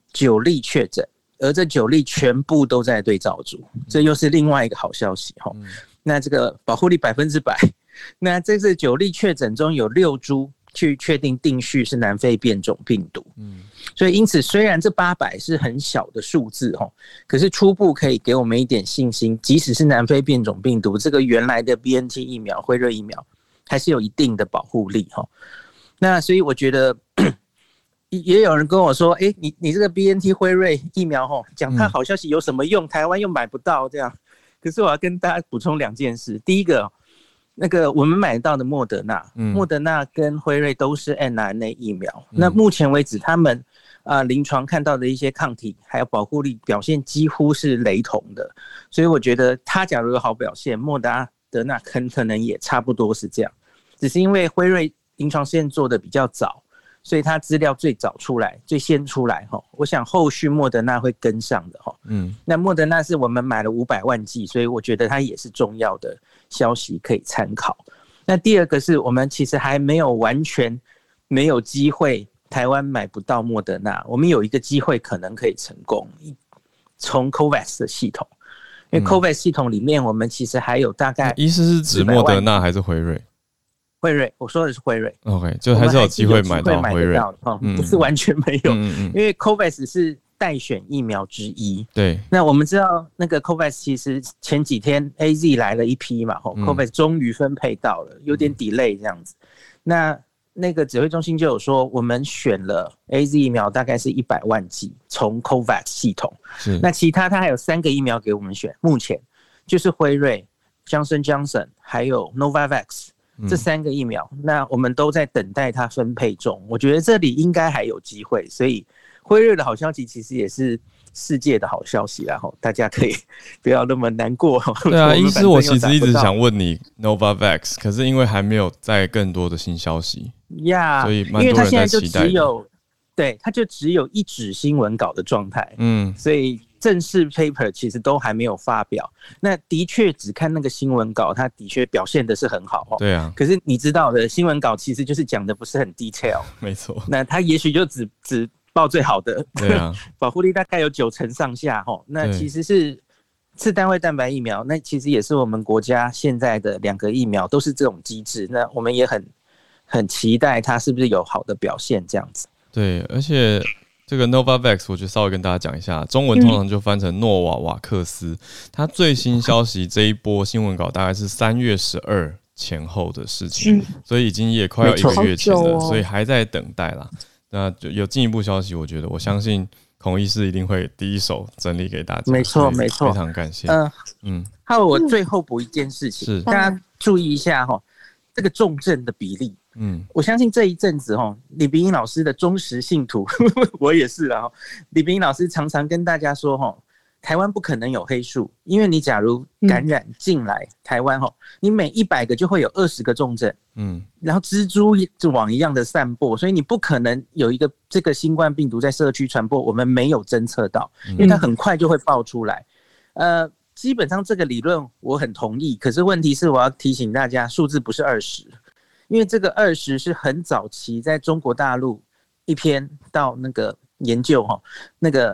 [SPEAKER 3] 9例确诊，而这9例全部都在对照组，这又是另外一个好消息。那这个保护力100%，那这是9例确诊中有6株去确定定序是南非变种病毒。所以因此虽然这800是很小的数字，可是初步可以给我们一点信心，即使是南非变种病毒，这个原来的 BNT 疫苗辉瑞疫苗还是有一定的保护力。那所以我觉得也有人跟我说，你这个 BNT 辉瑞疫苗讲它好消息有什么用？台湾又买不到这样。可是我要跟大家补充2件事。第一个，那个我们买到的莫德纳，莫德纳跟辉瑞都是 mRNA 疫苗。那目前为止他们临床看到的一些抗体还有保护力表现几乎是雷同的。所以我觉得它假如有好表现，莫德纳可能也差不多是这样。只是因为辉瑞临床试验做的比较早，所以它资料最早出来，最先出来。我想后续莫德纳会跟上的。那莫德纳是我们买了500万剂，所以我觉得它也是重要的消息可以参考。那第二个是我们其实还没有完全没有机会，台湾买不到莫德纳，我们有一个机会可能可以成功，从 COVAX 的系统。因为 COVAX 系统里面我们其实还有大概，
[SPEAKER 2] 意思是指莫德纳还是辉瑞？
[SPEAKER 3] 辉瑞，我说的是辉瑞。
[SPEAKER 2] OK， 就还是有机会买到辉瑞，
[SPEAKER 3] 不是完全没有。因为 COVAX 是待选疫苗之一。对。那我们知道那个 COVAX 其实前几天 AZ 来了一批嘛，COVAX 终于分配到了，有点 delay 这样子。那个指挥中心就有说，我们选了 AZ 疫苗大概是100万剂，从 COVAX 系统。那其他它还有3个疫苗给我们选，目前就是辉瑞、Johnson Johnson 还有 Novavax。这3个疫苗，那我们都在等待它分配中。我觉得这里应该还有机会，所以辉瑞的好消息其实也是世界的好消息啦，大家可以不要那么难过。
[SPEAKER 2] 对啊，医师，我其实一直想问你 Novavax， 可是因为还没有再更多的新消息，所以蛮多人在期待的。
[SPEAKER 3] 对，它就只有一纸新闻稿的状态，所以正式 paper 其实都还没有发表。那的确只看那个新闻稿，它的确表现的是很好。
[SPEAKER 2] 对啊。
[SPEAKER 3] 可是你知道的，新闻稿其实就是讲的不是很 detail。
[SPEAKER 2] 没错。
[SPEAKER 3] 那它也许就只报最好的。
[SPEAKER 2] 对啊。
[SPEAKER 3] 保护力大概有90%上下。那其实是次单位蛋白疫苗，那其实也是我们国家现在的2个疫苗都是这种机制。那我们也很期待它是不是有好的表现这样子。
[SPEAKER 2] 对，而且这个 Novavax 我就稍微跟大家讲一下，中文通常就翻成诺瓦瓦克斯。它最新消息这一波新闻稿大概是3月12前后的事情，所以已经也快要1个月前了，所以还在等待啦。那就有进一步消息，我相信孔医师一定会第一手整理给大家。
[SPEAKER 3] 没错，非
[SPEAKER 2] 常感谢。
[SPEAKER 3] 还有我最后补一件事情，大家注意一下这个重症的比例。我相信这一阵子李秉英老师的忠实信徒我也是啦。李秉英老师常常跟大家说台湾不可能有黑数，因为你假如感染进来台湾你每100个就会有20个重症，然后蜘蛛网一样的散播，所以你不可能有一个这个新冠病毒在社区传播，我们没有侦测到，因为它很快就会爆出来。基本上这个理论我很同意，可是问题是我要提醒大家，数字不是20。因为这个20是很早期在中国大陆一篇到那个研究那个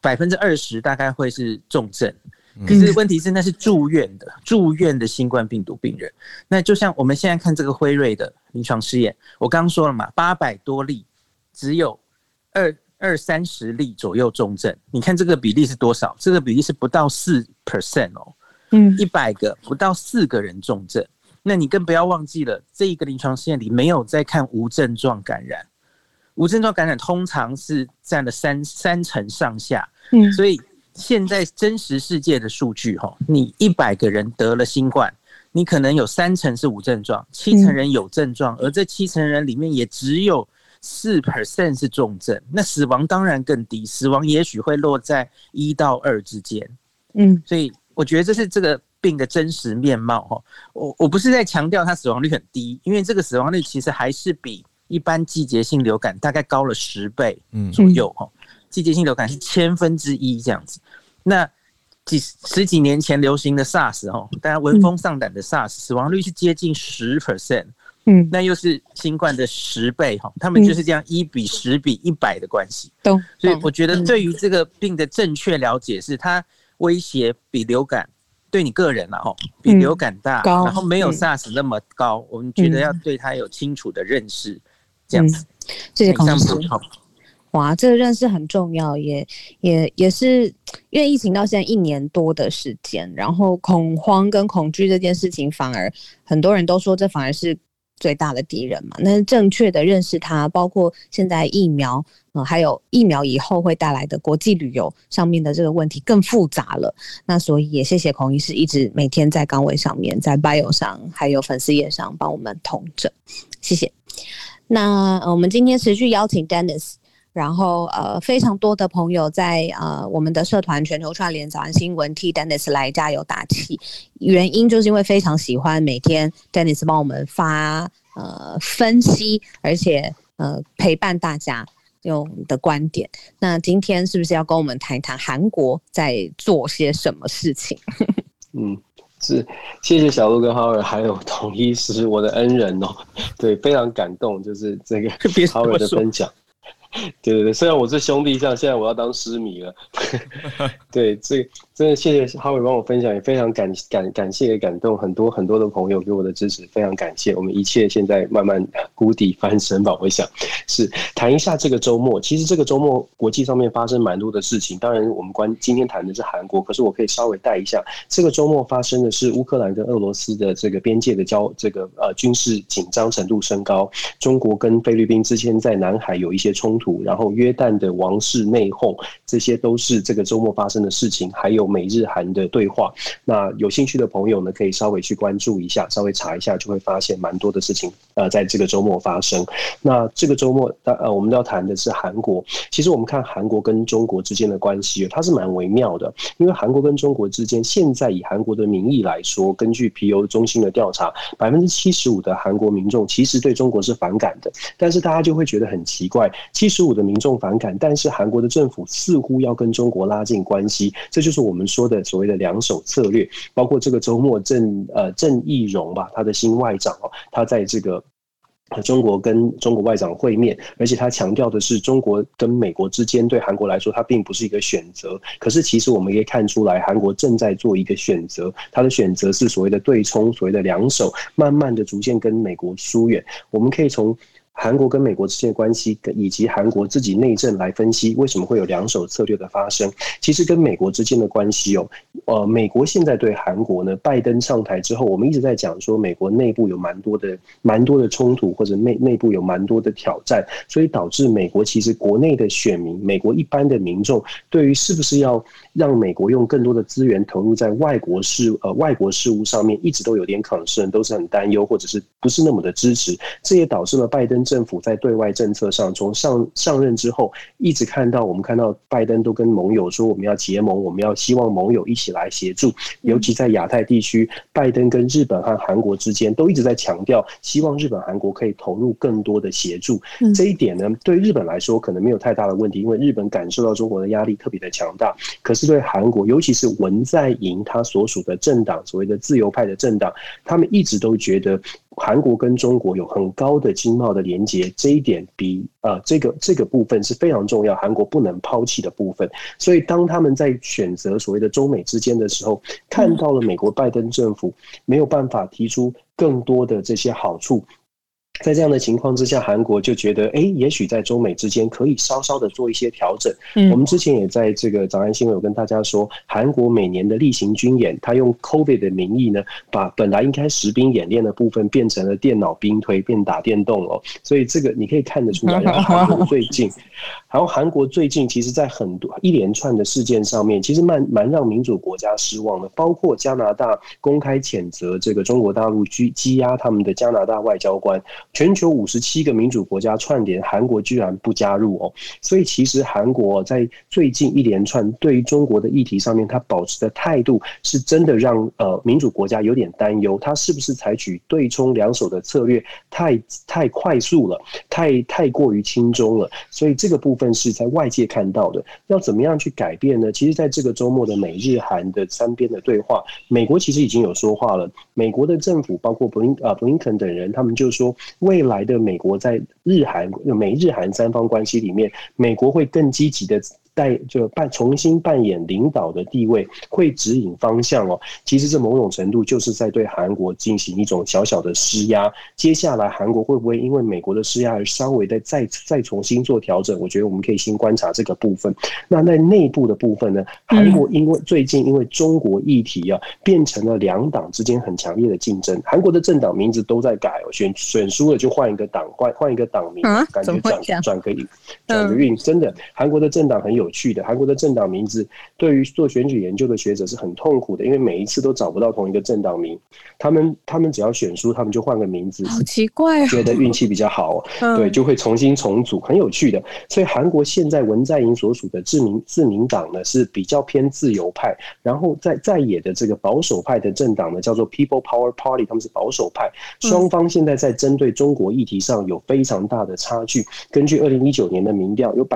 [SPEAKER 3] 20%大概会是重症，可是问题是那是住院的新冠病毒病人。那就像我们现在看这个辉瑞的临床试验，我刚刚说了嘛，800多例只有20-30例左右重症，你看这个比例是多少？这个比例是不到 4% 100个不到4个人重症。那你更不要忘记了，这一个临床试验里没有在看无症状感染，无症状感染通常是占了三成上下。所以现在真实世界的数据你100个人得了新冠，你可能有3成是无症状，7成人有症状，而这7成人里面也只有4% 是重症，那死亡当然更低，死亡也许会落在1到2之间。所以我觉得这是这个病的真实面貌。我不是在强调它死亡率很低，因为这个死亡率其实还是比一般季节性流感大概高了10倍左右。季节性流感是1/1000这样子。那十几年前流行的 SARS 大家闻风丧胆的 SARS 死亡率是接近10%， 那又是新冠的10倍哈，他们就是这样1比10比100的关系。所以我觉得对于这个病的正确了解是，它威胁比流感对你个人比流感大，然后没有 SARS 那么高，我们觉得要对它有清楚的认识，这样子。
[SPEAKER 1] 谢谢孔医师。哇，这个认识很重要，也是因为疫情到现在1年多的时间，然后恐慌跟恐惧这件事情，反而很多人都说这反而是最大的敌人嘛。那正确的认识它，包括现在疫苗，还有疫苗以后会带来的国际旅游上面的这个问题更复杂了。那所以也谢谢孔医师一直每天在岗位上面，在 bio 上还有粉丝页上帮我们统整，谢谢。那我们今天持续邀请 Dennis。然后非常多的朋友在我们的社团全球串联早安新闻替 Dennis 来加油打气，原因就是因为非常喜欢每天 Dennis 帮我们发分析，而且陪伴大家用的观点。那今天是不是要跟我们谈一谈韩国在做些什么事情？
[SPEAKER 4] 是，谢谢小鹿跟浩尔还有统医师，我的恩人哦，对，非常感动，就是这个浩尔的分享。对，虽然我是兄弟像，现在我要当师迷了。对，这真的谢谢哈维帮我分享，也非常感谢也感动很多的朋友给我的支持，非常感谢。我们一切现在慢慢谷底翻身吧，我想是谈一下这个周末。其实这个周末国际上面发生蛮多的事情，当然我们今天谈的是韩国，可是我可以稍微带一下，这个周末发生的是乌克兰跟俄罗斯的这个边界的军事紧张程度升高，中国跟菲律宾之间在南海有一些冲突。然后约旦的王室内讧，这些都是这个周末发生的事情，还有美日韩的对话。那有兴趣的朋友呢，可以稍微去关注一下，稍微查一下，就会发现蛮多的事情在这个周末发生。那这个周末我们要谈的是韩国。其实我们看韩国跟中国之间的关系，它是蛮微妙的，因为韩国跟中国之间，现在以韩国的民意来说，根据皮尤中心的调查，75%的韩国民众其实对中国是反感的，但是大家就会觉得很奇怪，75%的民众反感，但是韩国的政府似乎要跟中国拉近关系，这就是我们说的所谓的两手策略。包括这个周末郑义溶吧，他的新外长他在这个中国跟中国外长会面，而且他强调的是中国跟美国之间对韩国来说它并不是一个选择，可是其实我们可以看出来韩国正在做一个选择，他的选择是所谓的对冲，所谓的两手，慢慢的逐渐跟美国疏远。我们可以从韩国跟美国之间的关系以及韩国自己内政来分析为什么会有两手策略的发生。其实跟美国之间的关系美国现在对韩国呢，拜登上台之后，我们一直在讲说美国内部有蛮多的冲突，或者内部有蛮多的挑战，所以导致美国其实国内的选民，美国一般的民众对于是不是要让美国用更多的资源投入在外国事务上面，一直都有点concern，都是很担忧，或者是不是那么的支持。这也导致了拜登政府在对外政策上，从上任之后，一直我们看到拜登都跟盟友说我们要结盟，我们要希望盟友一起来协助，尤其在亚太地区，拜登跟日本和韩国之间都一直在强调，希望日本韩国可以投入更多的协助。这一点呢，对日本来说可能没有太大的问题，因为日本感受到中国的压力特别的强大。可是对韩国，尤其是文在寅他所属的政党，所谓的自由派的政党，他们一直都觉得韩国跟中国有很高的经贸的连结，这一点比这个部分是非常重要，韩国不能抛弃的部分。所以当他们在选择所谓的中美之间的时候，看到了美国拜登政府没有办法提出更多的这些好处，在这样的情况之下，韩国就觉得也许在中美之间可以稍稍的做一些调整。我们之前也在这个早安新闻有跟大家说，韩国每年的例行军演，他用 COVID 的名义呢，把本来应该实兵演练的部分变成了电脑兵推，变打电动所以这个你可以看得出来，然后韩国最近其实在很多一连串的事件上面，其实蛮让民主国家失望的，包括加拿大公开谴责这个中国大陆羁押他们的加拿大外交官， 全球57个民主国家串联，韩国居然不加入哦。所以其实韩国在最近一连串对于中国的议题上面，他保持的态度是真的让民主国家有点担忧，他是不是采取对冲两手的策略太快速了，太过于轻中了。所以这个部分是在外界看到的。要怎么样去改变呢？其实在这个周末的美日韩的三边的对话，美国其实已经有说话了。美国的政府包括布林肯等人，他们就说未来的美国在美日韩三方关系里面，美国会更积极的重新扮演领导的地位，会指引方向哦。其实这某种程度就是在对韩国进行一种小小的施压。接下来韩国会不会因为美国的施压而稍微的再重新做调整？我觉得我们可以先观察这个部分。那在内部的部分呢？韩国最近因为中国议题啊，变成了两党之间很强烈的竞争。韩国的政党名字都在改哦，选输了就换一个党，换一个党名，感觉转个运。真的，韩国的政党很有趣的，韩国的政党名字对于做选举研究的学者是很痛苦的，因为每一次都找不到同一个政党名。他们只要选输，他们就换个名字，
[SPEAKER 1] 好奇怪哦，
[SPEAKER 4] 觉得运气比较好，对，就会重新重组，很有趣的。所以韩国现在文在寅所属的自民党呢是比较偏自由派，然后在野的这个保守派的政党呢叫做 People Power Party， 他们是保守派。双方现在在针对中国议题上有非常大的差距。根据2019年的民调，有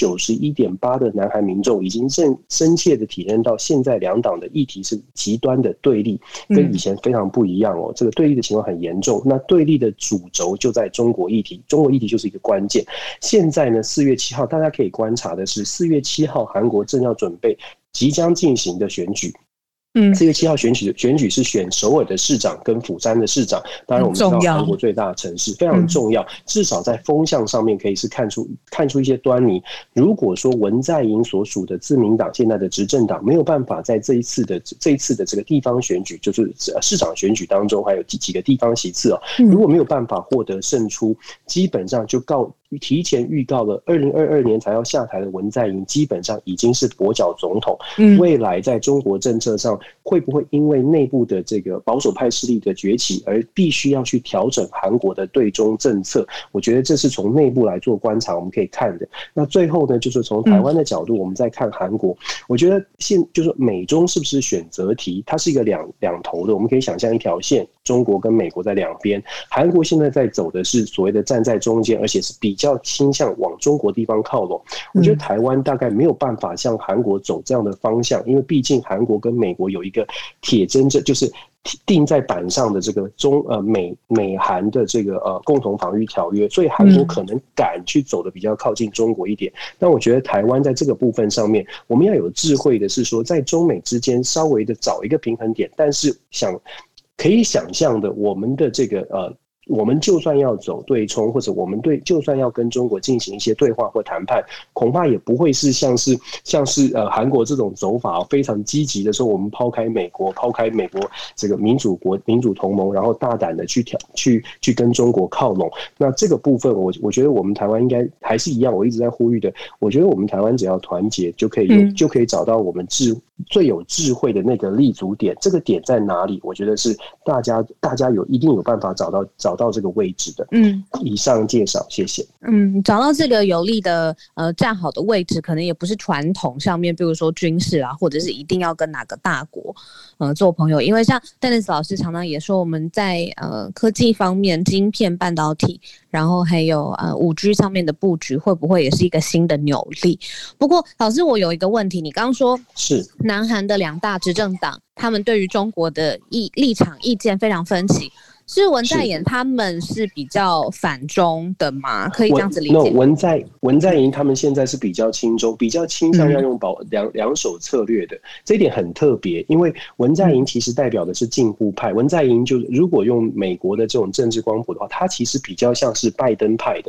[SPEAKER 4] 91.8%的南韩民众已经深切的体认到现在两党的议题是极端的对立，跟以前非常不一样哦。这个对立的情况很严重，那对立的主轴就在中国议题，中国议题就是一个关键。现在呢，4月7号大家可以观察的是，4月7号韩国正要准备即将进行的选举。4月7号选举是选首尔的市长跟釜山的市长，当然我们知道韩国最大的城市非常重要，至少在风向上面可以是看出一些端倪。如果说文在寅所属的自民党现在的执政党没有办法在这一次的这个地方选举，就是市长选举当中还有几个地方席次哦，如果没有办法获得胜出，基本上就提前预告了2022年才要下台的文在寅基本上已经是跛脚总统。未来在中国政策上会不会因为内部的这个保守派势力的崛起而必须要去调整韩国的对中政策？我觉得这是从内部来做观察我们可以看的。那最后呢，就是从台湾的角度我们再看韩国，我觉得就是美中是不是选择题，它是一个两头的，我们可以想象一条线，中国跟美国在两边，韩国现在在走的是所谓的站在中间，而且是比较倾向往中国地方靠拢。我觉得台湾大概没有办法像韩国走这样的方向，因为毕竟韩国跟美国有一个铁针，就是钉在板上的这个美韩的这个共同防御条约，所以韩国可能敢去走的比较靠近中国一点。但我觉得台湾在这个部分上面，我们要有智慧的是说，在中美之间稍微的找一个平衡点，但是可以想象的，我们的这个我们就算要走对冲，或者我们就算要跟中国进行一些对话或谈判，恐怕也不会是像是韩国这种走法非常积极的说，我们抛开美国这个民主同盟，然后大胆的去跟中国靠拢。那这个部分我觉得我们台湾应该还是一样，我一直在呼吁的，我觉得我们台湾只要团结就可以找到我们最有智慧的那个立足点。这个点在哪里？我觉得是大家一定有办法找到这个位置的。以上介绍，谢谢。
[SPEAKER 1] 找到这个有利的站好的位置，可能也不是传统上面，比如说军事啊，或者是一定要跟哪个大国做朋友。因为像 Dennis 老师常常也说，我们在科技方面，晶片、半导体，然后还有5G 上面的布局，会不会也是一个新的扭力？不过老师，我有一个问题，你刚刚说是南韩的2大执政党，他们对于中国的立场意见非常分歧。是文在寅他们是比较反中的吗？可以这样子理解？
[SPEAKER 4] No， 文在寅他们现在是比较亲中，比较倾向要用两手策略的，这一点很特别。因为文在寅其实代表的是进步派，文在寅就如果用美国的这种政治光谱的话，他其实比较像是拜登派的。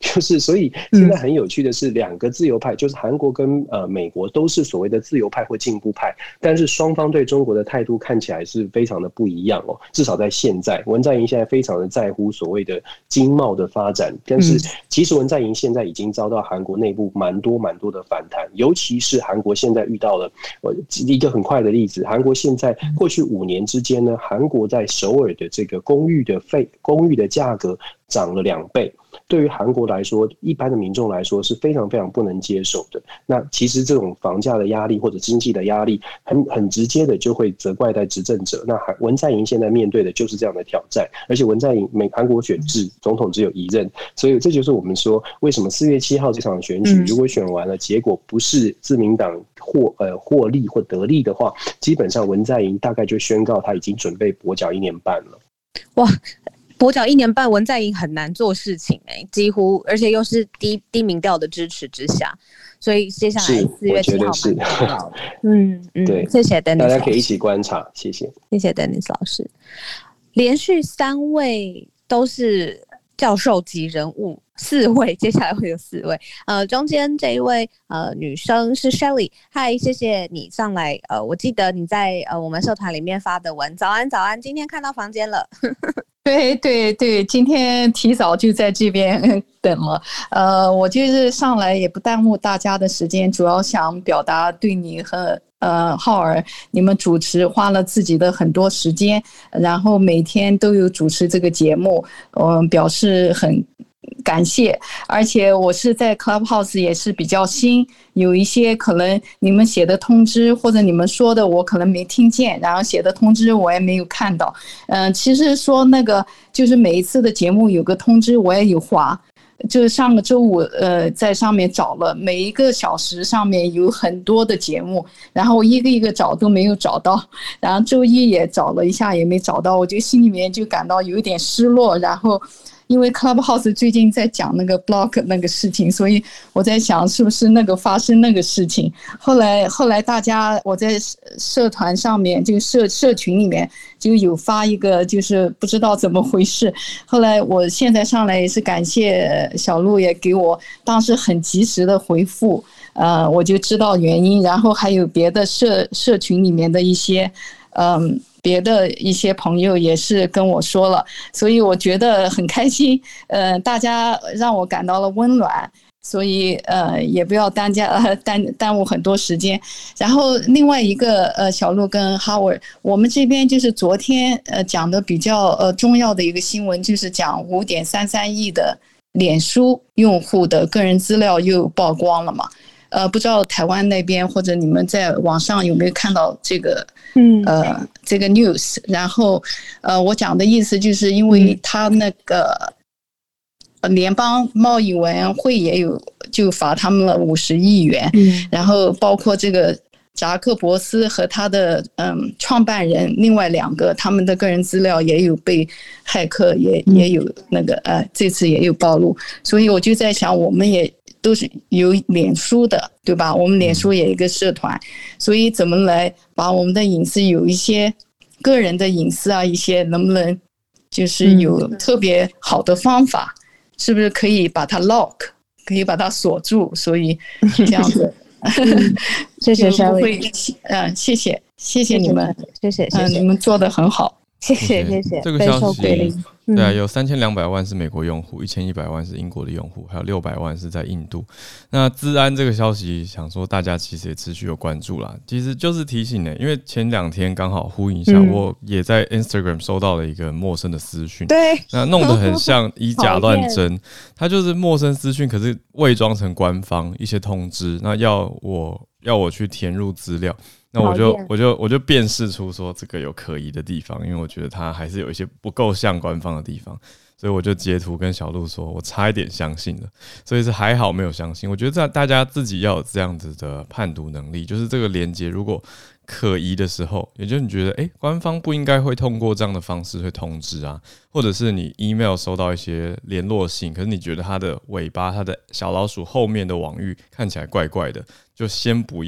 [SPEAKER 4] 就是所以现在很有趣的是，两个自由派，就是韩国跟美国都是所谓的自由派或进步派，但是双方对中国的态度看起来是非常的不一样哦。至少在现在，文在寅现在非常的在乎所谓的经贸的发展，但是其实文在寅现在已经遭到韩国内部蛮多的反弹，尤其是韩国现在遇到了一个很快的例子，韩国现在过去5年之间呢，韩国在首尔的这个公寓的价格涨了2倍。对于韩国来说，一般的民众来说是非常非常不能接受的。那其实这种房价的压力或者经济的压力很直接的就会责怪在执政者。那文在寅现在面对的就是这样的挑战，而且文在寅韩国选制总统只有1任，所以这就是我们说为什么4月7号这场选举如果选完了结果不是自民党获利或得利的话，基本上文在寅大概就宣告他已经准备跛脚1年半了。
[SPEAKER 1] 哇，跛脚1年半，文在寅很难做事情几乎，而且又是低民调的支持之下，所以接下来4月7号蛮重要的。对，谢谢 Dennis
[SPEAKER 4] 大家可以一起观察，谢谢
[SPEAKER 1] Dennis 老师。连续3位都是教授级人物，4位，接下来会有4位。中间这一位女生是 Shelly， 嗨，谢谢你上来。我记得你在我们社团里面发的文，早安，今天看到房间了。
[SPEAKER 5] 对，今天提早就在这边等了。我就是上来也不耽误大家的时间，主要想表达对你和浩尔你们主持花了自己的很多时间，然后每天都有主持这个节目，表示很感谢。而且我是在 Clubhouse 也是比较新，有一些可能你们写的通知或者你们说的我可能没听见，然后写的通知我也没有看到。其实说那个就是每一次的节目有个通知我也有划，就是上个周五在上面找了，每一个小时上面有很多的节目，然后我一个一个找都没有找到，然后周一也找了一下也没找到，我就心里面就感到有一点失落。然后因为 Clubhouse 最近在讲那个 block 那个事情，所以我在想是不是那个发生那个事情。后来大家我在社团上面这个社群里面就有发一个，就是不知道怎么回事。后来我现在上来也是感谢小鹿也给我当时很及时的回复，我就知道原因。然后还有别的社群里面的一些别的一些朋友也是跟我说了，所以我觉得很开心。大家让我感到了温暖，所以也不要耽误很多时间。然后另外一个小鹿跟 Howard， 我们这边就是昨天讲的比较重要的一个新闻，就是讲 5.33 亿的脸书用户的个人资料又曝光了嘛。不知道台湾那边或者你们在网上有没有看到这个这个 news。 然后我讲的意思就是因为他那个联邦贸易委员会也有就罚他们了50亿元，然后包括这个扎克伯斯和他的创办人另外2个他们的个人资料也有被骇客也有那个这次也有暴露。所以我就在想我们也都是有脸书的对吧，我们脸书也有一个社团，所以怎么来把我们的隐私有一些个人的隐私一些能不能就是有特别好的方法，是不是可以把它 lock 可以把它锁住，所以这样子
[SPEAKER 1] 谢谢
[SPEAKER 5] Shelly， 谢谢你们，谢谢你们做得很好，
[SPEAKER 1] 谢谢
[SPEAKER 2] 这个消息对啊，有3200万是美国用户，1100万是英国的用户，还有600万是在印度。那资安这个消息，想说大家其实也持续有关注啦。其实就是提醒因为前2天刚好呼应一下，我也在 Instagram 收到了一个陌生的私讯，
[SPEAKER 1] 对，
[SPEAKER 2] 那弄得很像以假乱真，它就是陌生私讯，可是伪装成官方一些通知，那要我去填入资料。那我就辨识出说这个有可疑的地方，因为我觉得它还是有一些不够像官方的地方，所以我就截图跟小鹿说，我差一点相信了，所以是还好没有相信。我觉得大家自己要有这样子的判读能力，就是这个连结如果可疑的时候，也就是你觉得官方不应该会通过这样的方式会通知啊，或者是你 email 收到一些联络信，可是你觉得它的尾巴它的小老鼠后面的网域看起来怪怪的，就先不要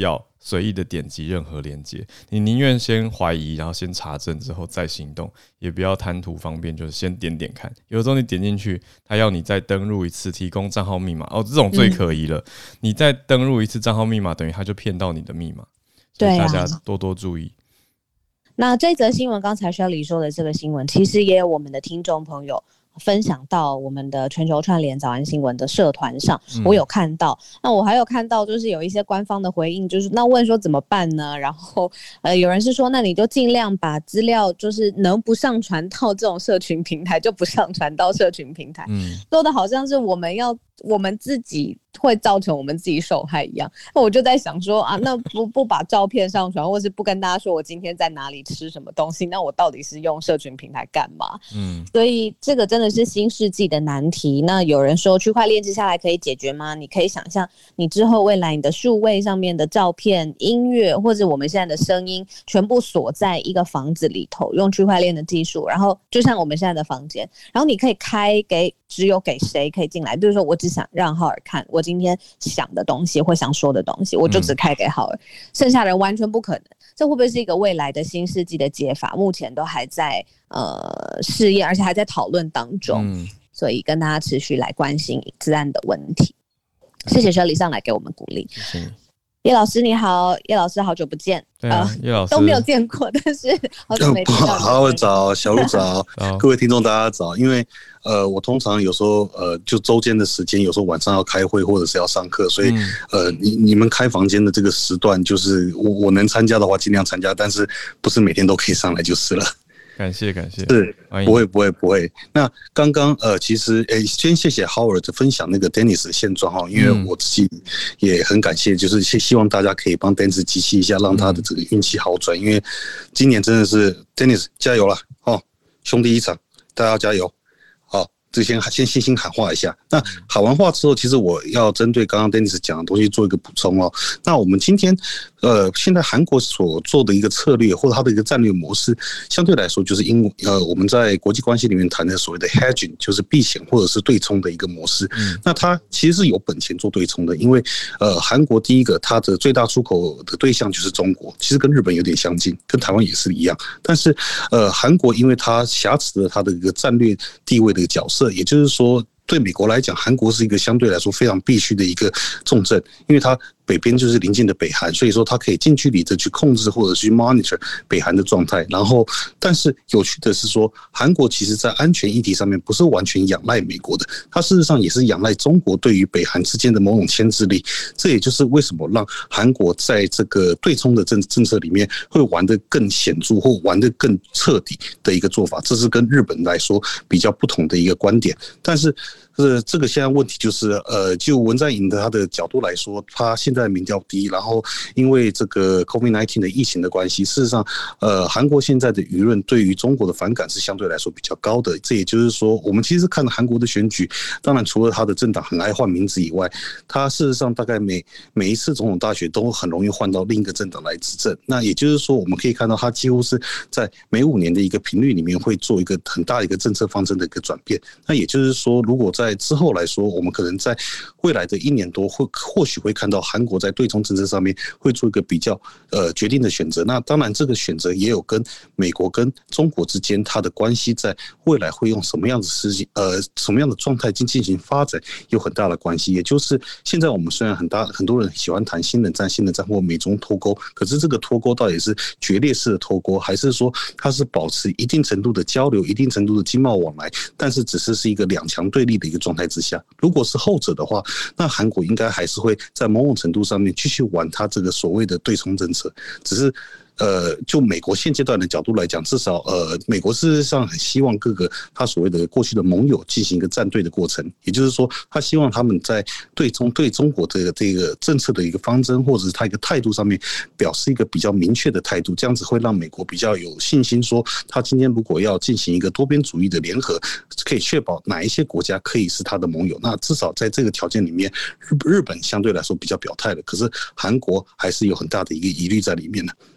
[SPEAKER 2] 随意的点击任何连结，你宁愿先怀疑，然后先查证之后再行动，也不要贪图方便，就是先点点看。有的时候你点进去，他要你再登录一次，提供账号密码，这种最可疑了。你再登录一次账号密码，等于他就骗到你的密码，所以大家多多注意。
[SPEAKER 1] 那这则新闻，刚才Shirley说的这个新闻，其实也有我们的听众朋友分享到我们的全球串联早安新闻的社团上，我有看到。那我还有看到就是有一些官方的回应，就是那问说怎么办呢？然后有人是说那你就尽量把资料就是能不上传到这种社群平台就不上传到社群平台，说的好像是我们自己会造成我们自己受害一样。那我就在想说啊，那不把照片上传，或是不跟大家说我今天在哪里吃什么东西，那我到底是用社群平台干嘛？所以这个真的是新世纪的难题。那有人说区块链接下来可以解决吗？你可以想象你之后未来你的数位上面的照片、音乐或者我们现在的声音全部锁在一个房子里头，用区块链的技术，然后就像我们现在的房间，然后你可以开给只有给谁可以进来，比如说我只想让浩尔看我今天想的东西或想说的东西，我就只开给浩尔，剩下人完全不可能。这会不会是一个未来的新世纪的解法？目前都还在试验，而且还在讨论当中，所以跟大家持续来关心资安的问题。谢谢Shirley上来给我们鼓励。谢谢叶老师你好，叶老师好久不见。
[SPEAKER 2] 对啊，叶老师
[SPEAKER 1] 都没有见过，但是好久没见到。
[SPEAKER 6] 好早，小鹿早，各位听众大家早。因为我通常有时候就周间的时间，有时候晚上要开会或者是要上课，所以你们开房间的这个时段，就是我能参加的话尽量参加，但是不是每天都可以上来就是了。
[SPEAKER 2] 感谢，
[SPEAKER 6] 是不会。那刚刚其实先谢谢 Howard 的分享那个 Dennis 的现状哈，因为我自己也很感谢，就是希望大家可以帮 Dennis 集气一下，让他的这个运气好转，因为今年真的是 Dennis 加油了哦，兄弟一场，大家加油。先信心喊话一下。那喊完话之后，其实我要针对刚刚 Dennis 讲的东西做一个补充哦。那我们今天现在韩国所做的一个策略或者它的一个战略模式，相对来说就是我们在国际关系里面谈的所谓的 hedging， 就是避险或者是对冲的一个模式。那它其实是有本钱做对冲的，因为韩国第一个它的最大出口的对象就是中国，其实跟日本有点相近，跟台湾也是一样。但是韩国因为它挟持了它的一个战略地位的一个角色，也就是说对美国来讲，韩国是一个相对来说非常必须的一个重镇，因为它北边就是邻近的北韩，所以说它可以近距离的去控制或者去 monitor 北韩的状态。然后，但是有趣的是说，韩国其实在安全议题上面不是完全仰赖美国的，它事实上也是仰赖中国对于北韩之间的某种牵制力。这也就是为什么让韩国在这个对冲的政策里面会玩得更显著或玩得更彻底的一个做法，这是跟日本来说比较不同的一个观点。但是这个现在问题就是就文在寅的他的角度来说，他现在民调低，然后因为这个 COVID-19 的疫情的关系，事实上韩国现在的舆论对于中国的反感是相对来说比较高的。这也就是说，我们其实看韩国的选举，当然除了他的政党很爱换名字以外，他事实上大概每一次总统大选都很容易换到另一个政党来执政。那也就是说，我们可以看到他几乎是在每5年的一个频率里面会做一个很大的一个政策方针的一个转变。那也就是说，如果在之后来说，我们可能在未来的1年多或许会看到韩国在对冲政策上面会做一个比较决定的选择。那当然这个选择也有跟美国跟中国之间它的关系在未来会用什么样的什么样的状态进行发展有很大的关系。也就是现在我们虽然很多人喜欢谈新冷战或美中脱钩，可是这个脱钩到底是决裂式的脱钩，还是说它是保持一定程度的交流、一定程度的经贸往来，但是只是一个两强对立的一个状态之下？如果是后者的话，那韩国应该还是会在某种程度上面继续玩它这个所谓的对冲政策，只是就美国现阶段的角度来讲，至少美国事实上很希望各个他所谓的过去的盟友进行一个站队的过程，也就是说，他希望他们在对中国的这个政策的一个方针或者是他一个态度上面表示一个比较明确的态度，这样子会让美国比较有信心说，他今天如果要进行一个多边主义的联合，可以确保哪一些国家可以是他的盟友。那至少在这个条件里面，日本相对来说比较表态了，可是韩国还是有很大的一个疑虑在里面的。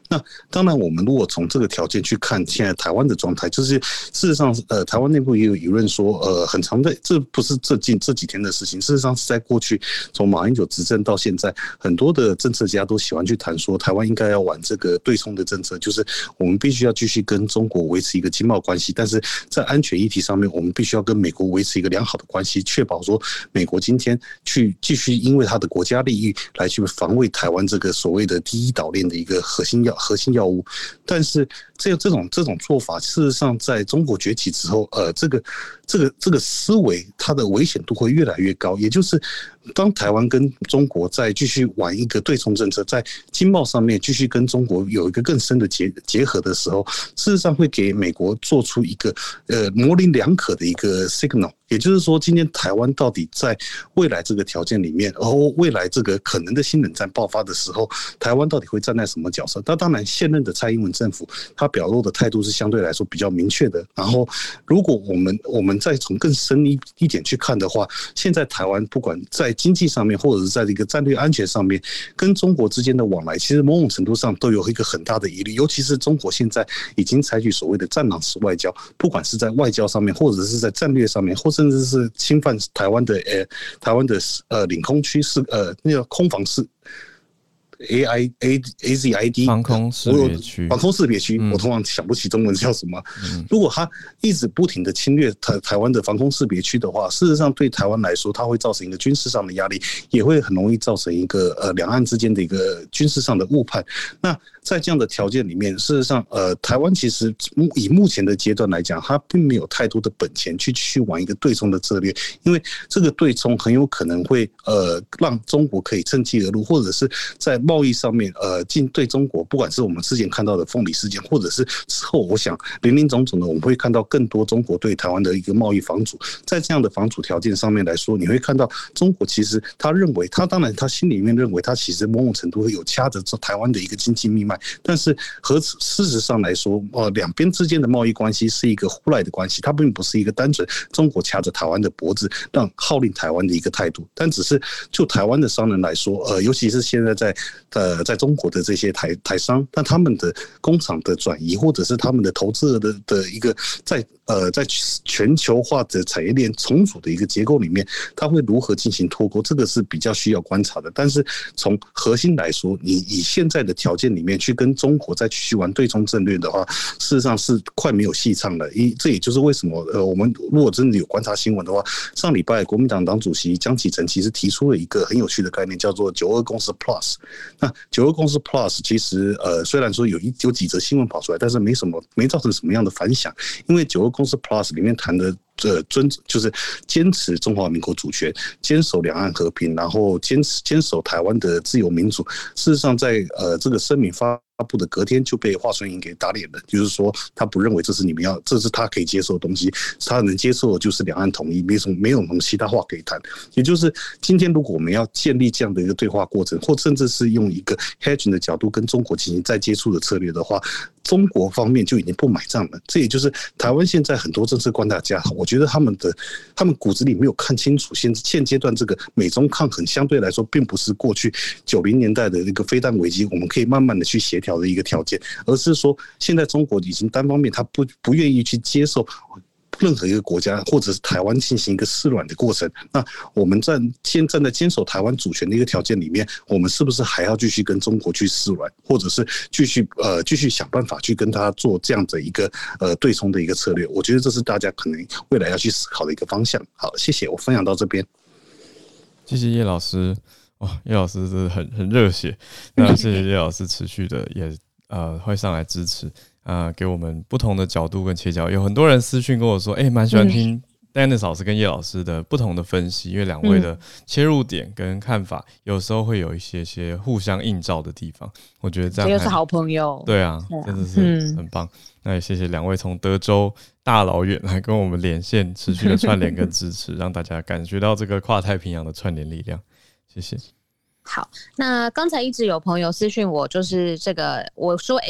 [SPEAKER 6] 那当然，我们如果从这个条件去看现在台湾的状态，就是事实上，台湾内部也有舆论说，很长的，这不是这几天的事情，事实上是在过去从马英九执政到现在，很多的政策家都喜欢去谈说，台湾应该要玩这个对冲的政策，就是我们必须要继续跟中国维持一个经贸关系，但是在安全议题上面，我们必须要跟美国维持一个良好的关系，确保说美国今天去继续因为他的国家利益来去防卫台湾这个所谓的第一岛链的一个核心药物。但是这种做法，事实上在中国崛起之后，这个思维它的危险度会越来越高，也就是当台湾跟中国再继续玩一个对冲政策，在经贸上面继续跟中国有一个更深的结合的时候，事实上会给美国做出一个模棱两可的一个 signal， 也就是说，今天台湾到底在未来这个条件里面，然后未来这个可能的新冷战爆发的时候，台湾到底会站在什么角色？那当然，现任的蔡英文政府他表露的态度是相对来说比较明确的。然后，如果我们再从更深一点去看的话，现在台湾不管在经济上面，或者是在这个战略安全上面，跟中国之间的往来，其实某种程度上都有一个很大的疑虑。尤其是中国现在已经采取所谓的战狼式外交，不管是在外交上面，或者是在战略上面，或甚至是侵犯台湾的领空区是那个空防式。AZID
[SPEAKER 2] 防空识别区，
[SPEAKER 6] 我通常想不起中文叫什么。如果他一直不停的侵略台湾的防空识别区的话，事实上对台湾来说，它会造成一个军事上的压力，也会很容易造成一个两岸之间的一个军事上的误判。那在这样的条件里面，事实上台湾其实以目前的阶段来讲，它并没有太多的本钱去玩一个对冲的策略，因为这个对冲很有可能会让中国可以趁机而入，或者是在贸易上面对中国，不管是我们之前看到的凤梨事件，或者是之后我想林林总总的，我们会看到更多中国对台湾的一个贸易防阻。在这样的防阻条件上面来说，你会看到中国其实他认为，当然他心里面认为他其实某种程度有掐着台湾的一个经济命脉，但是事实上来说，两边之间的贸易关系是一个互赖的关系，它并不是一个单纯中国掐着台湾的脖子让号令台湾的一个态度。但只是就台湾的商人来说，尤其是现在在中国的这些台商，那他们的工厂的转移，或者是他们的投资的一个在全球化的产业链重组的一个结构里面，它会如何进行脱钩，这个是比较需要观察的。但是从核心来说，你以现在的条件里面去跟中国再继续玩对冲战略的话，事实上是快没有戏唱了。这也就是为什么我们如果真的有观察新闻的话，上礼拜国民党党主席江启臣其实提出了一个很有趣的概念，叫做92公司 Plus。那92公司 Plus 其实虽然说有几则新闻跑出来，但是没造成什么样的反响，因为92公司 Plus 里面谈的就是坚持中华民国主权，坚守两岸和平，然后坚守台湾的自由民主。事实上在这个声明发布的隔天就被华春莹给打脸了，就是说他不认为这是他可以接受的东西，他能接受的就是两岸统一，没有什么其他话可以谈。也就是今天如果我们要建立这样的一个对话过程，或甚至是用一个 hedging 的角度跟中国进行再接触的策略的话，中国方面就已经不买账了。这也就是台湾现在很多政治观察家，我觉得他们骨子里没有看清楚现阶段这个美中抗衡相对来说并不是过去90年代的一个飞弹危机我们可以慢慢的去协调的一个条件，而是说现在中国已经单方面他不愿意去接受任何一个国家或者是台湾进行一个示软的过程。那我们先站在坚守台湾主权的一个条件里面，我们是不是还要继续跟中国去示软，或者是继续想办法去跟他做这样的一个对冲的一个策略？我觉得这是大家可能未来要去思考的一个方向。好，谢谢，我分享到这边。
[SPEAKER 2] 谢谢叶老师。哇，叶老师真的很热血。那谢谢叶老师持续的也会上来支持。给我们不同的角度跟切角，有很多人私讯跟我说，蛮喜欢听 Dennis 老师跟叶老师的不同的分析，因为两位的切入点跟看法有时候会有一些互相映照的地方，我觉得这样
[SPEAKER 1] 又是好朋友。
[SPEAKER 2] 对啊，真的是很棒。那也谢谢两位从德州大老远来跟我们连线，持续的串联跟支持，让大家感觉到这个跨太平洋的串联力量。谢谢。
[SPEAKER 1] 好，那刚才一直有朋友私讯我，就是这个我说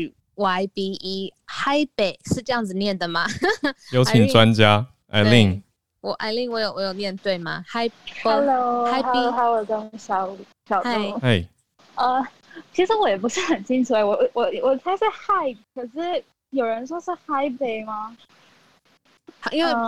[SPEAKER 1] HYBE 海北是这样子念的吗？
[SPEAKER 2] 有请专家Eileen。
[SPEAKER 1] Eileen 我有念对吗？
[SPEAKER 7] Hello， Howard 跟小东。 其实我也不是很清楚我猜是 Hype， 可是有人说是 Hype 吗？
[SPEAKER 1] 因为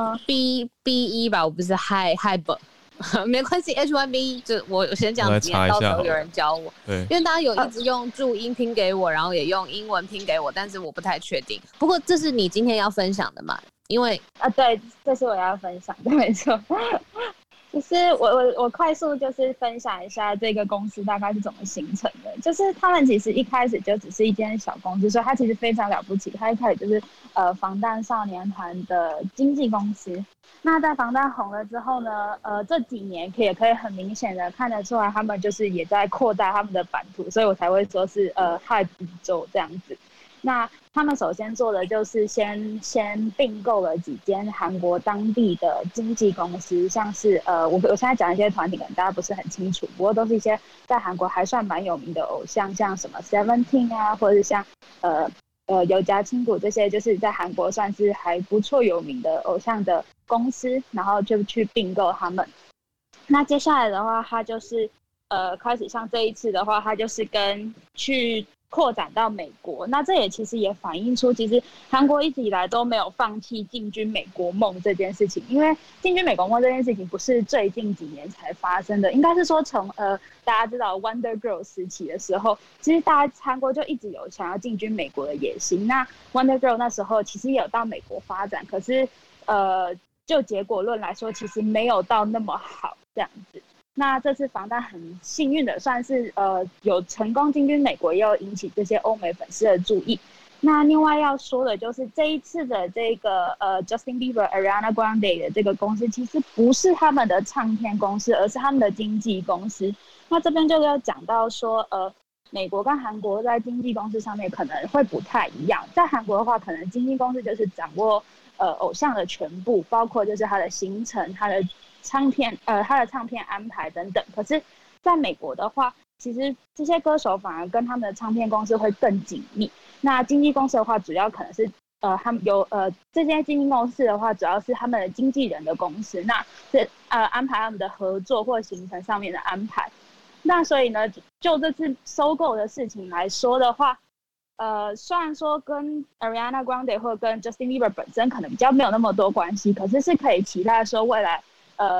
[SPEAKER 1] B1 吧，我不是 Hype。没关系 ，H1B 就我先讲几年，到时候有人教我。对，因为大家有一直用注音拼给我，然后也用英文拼给我，但是我不太确定。不过这是你今天要分享的嘛？因为
[SPEAKER 7] 对，这是我要分享的，没错。就是我快速就是分享一下这个公司大概是怎么形成的。就是他们其实一开始就只是一间小公司，所以它其实非常了不起。它一开始就是防弹少年团的经纪公司。那在防弹红了之后呢，这几年也可以很明显的看得出来，他们就是也在扩大他们的版图，所以我才会说是Hype宇宙这样子。那他们首先做的就是先并购了几间韩国当地的经纪公司，像是我现在讲一些团体可能大家不是很清楚，不过都是一些在韩国还算蛮有名的偶像，像什么 Seventeen 啊，或者是像有家亲谷这些，就是在韩国算是还不错有名的偶像的公司，然后就去并购他们。那接下来的话，他就是开始像这一次的话，他就是去扩展到美国。那这也其实也反映出，其实韩国一直以来都没有放弃进军美国梦这件事情。因为进军美国梦这件事情不是最近几年才发生的，应该是说从大家知道 Wonder Girl 时期的时候，其实韩国就一直有想要进军美国的野心。那 Wonder Girl 那时候其实也有到美国发展，可是就结果论来说，其实没有到那么好这样子。那这次防弹很幸运的算是有成功进军美国，也有引起这些欧美粉丝的注意。那另外要说的就是这一次的这个Justin Bieber、Ariana Grande 的这个公司，其实不是他们的唱片公司，而是他们的经纪公司。那这边就要讲到说美国跟韩国在经纪公司上面可能会不太一样。在韩国的话，可能经纪公司就是掌握偶像的全部，包括就是他的行程、他的唱片安排等等。可是在美国的话，其实这些歌手反而跟他们的唱片公司会更紧密。那经纪公司的话，主要可能是他们有这些经纪公司的话，主要是他们的经纪人的公司。那安排他们的合作或行程上面的安排。那所以呢，就这次收购的事情来说的话，虽然说跟 Ariana Grande 或者跟 Justin Bieber 本身可能比较没有那么多关系，可是是可以期待说未来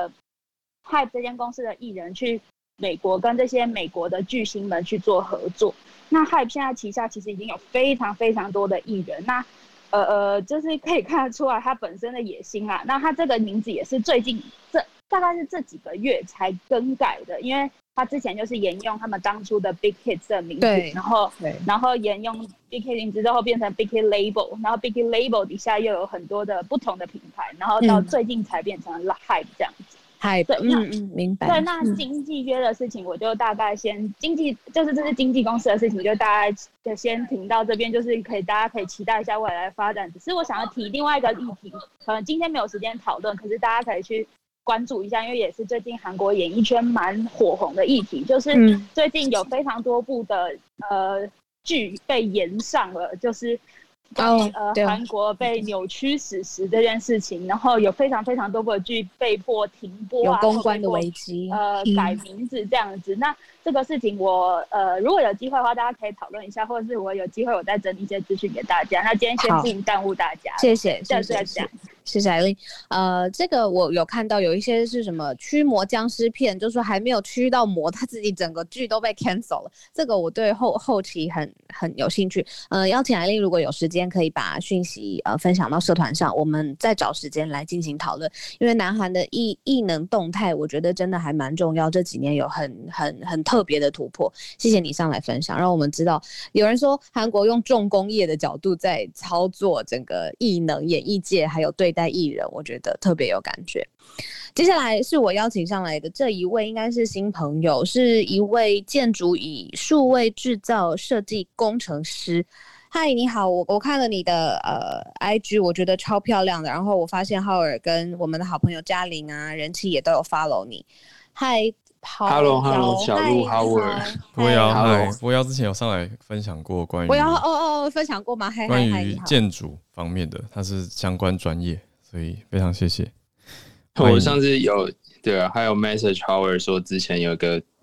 [SPEAKER 7] Hype 这间公司的艺人去美国跟这些美国的巨星们去做合作。那 Hype 现在旗下其实已经有非常非常多的艺人，那就是可以看得出来他本身的野心啦。那他这个名字也是最近大概是这几个月才更改的，因为他之前就是沿用他们当初的 Big Hit 的名字，然后沿用 Big Hit 名字之后变成 Big Hit Label， 然后 Big Hit Label 底下又有很多的不同的品牌，然后到最近才变成了 Hype 这样子。
[SPEAKER 1] 对，明白。
[SPEAKER 7] 对，那经纪约的事情，我就大概先就是这是经纪公司的事情，就大概就先停到这边，就是大家可以期待一下未来的发展。只是我想要提另外一个议题，可能今天没有时间讨论，可是大家可以去关注一下，因为也是最近韩国演艺圈蛮火红的议题，就是最近有非常多部的剧被延上了，就是韩国被扭曲史实这件事情，然后有非常非常多部的剧被迫停播
[SPEAKER 1] 有公关的危机，
[SPEAKER 7] 改名字这样子。那这个事情我如果有机会的话，大家可以讨论一下，或者是我有机会我再整理一些资讯给大家。那今天先不耽误大家，
[SPEAKER 1] 谢谢艾琳。这个我有看到有一些是什么驱魔僵尸片，就是说还没有驱到魔，他自己整个剧都被 cancel 了。这个我对后期很有兴趣。邀请艾琳如果有时间可以把讯息分享到社团上，我们再找时间来进行讨论。因为南韩的艺能动态，我觉得真的还蛮重要。这几年有很特别的突破，谢谢你上来分享，让我们知道有人说韩国用重工业的角度在操作整个艺能演艺界，还有对待艺人，我觉得特别有感觉。接下来是我邀请上来的这一位，应该是新朋友，是一位建筑与数位制造设计工程师。嗨，你好，我看了你的IG， 我觉得超漂亮的。然后我发现浩尔跟我们的好朋友嘉玲啊，人气也都有 follow 你。嗨
[SPEAKER 8] ，Hello， 小鹿，浩尔，
[SPEAKER 2] 波妖之前有上来分享过关于
[SPEAKER 1] 波妖分享过吗？
[SPEAKER 2] 关于建筑方面的，他是相关专业，所以非常谢谢。
[SPEAKER 8] 我上次有对啊，还有 message Howard 说之前有一个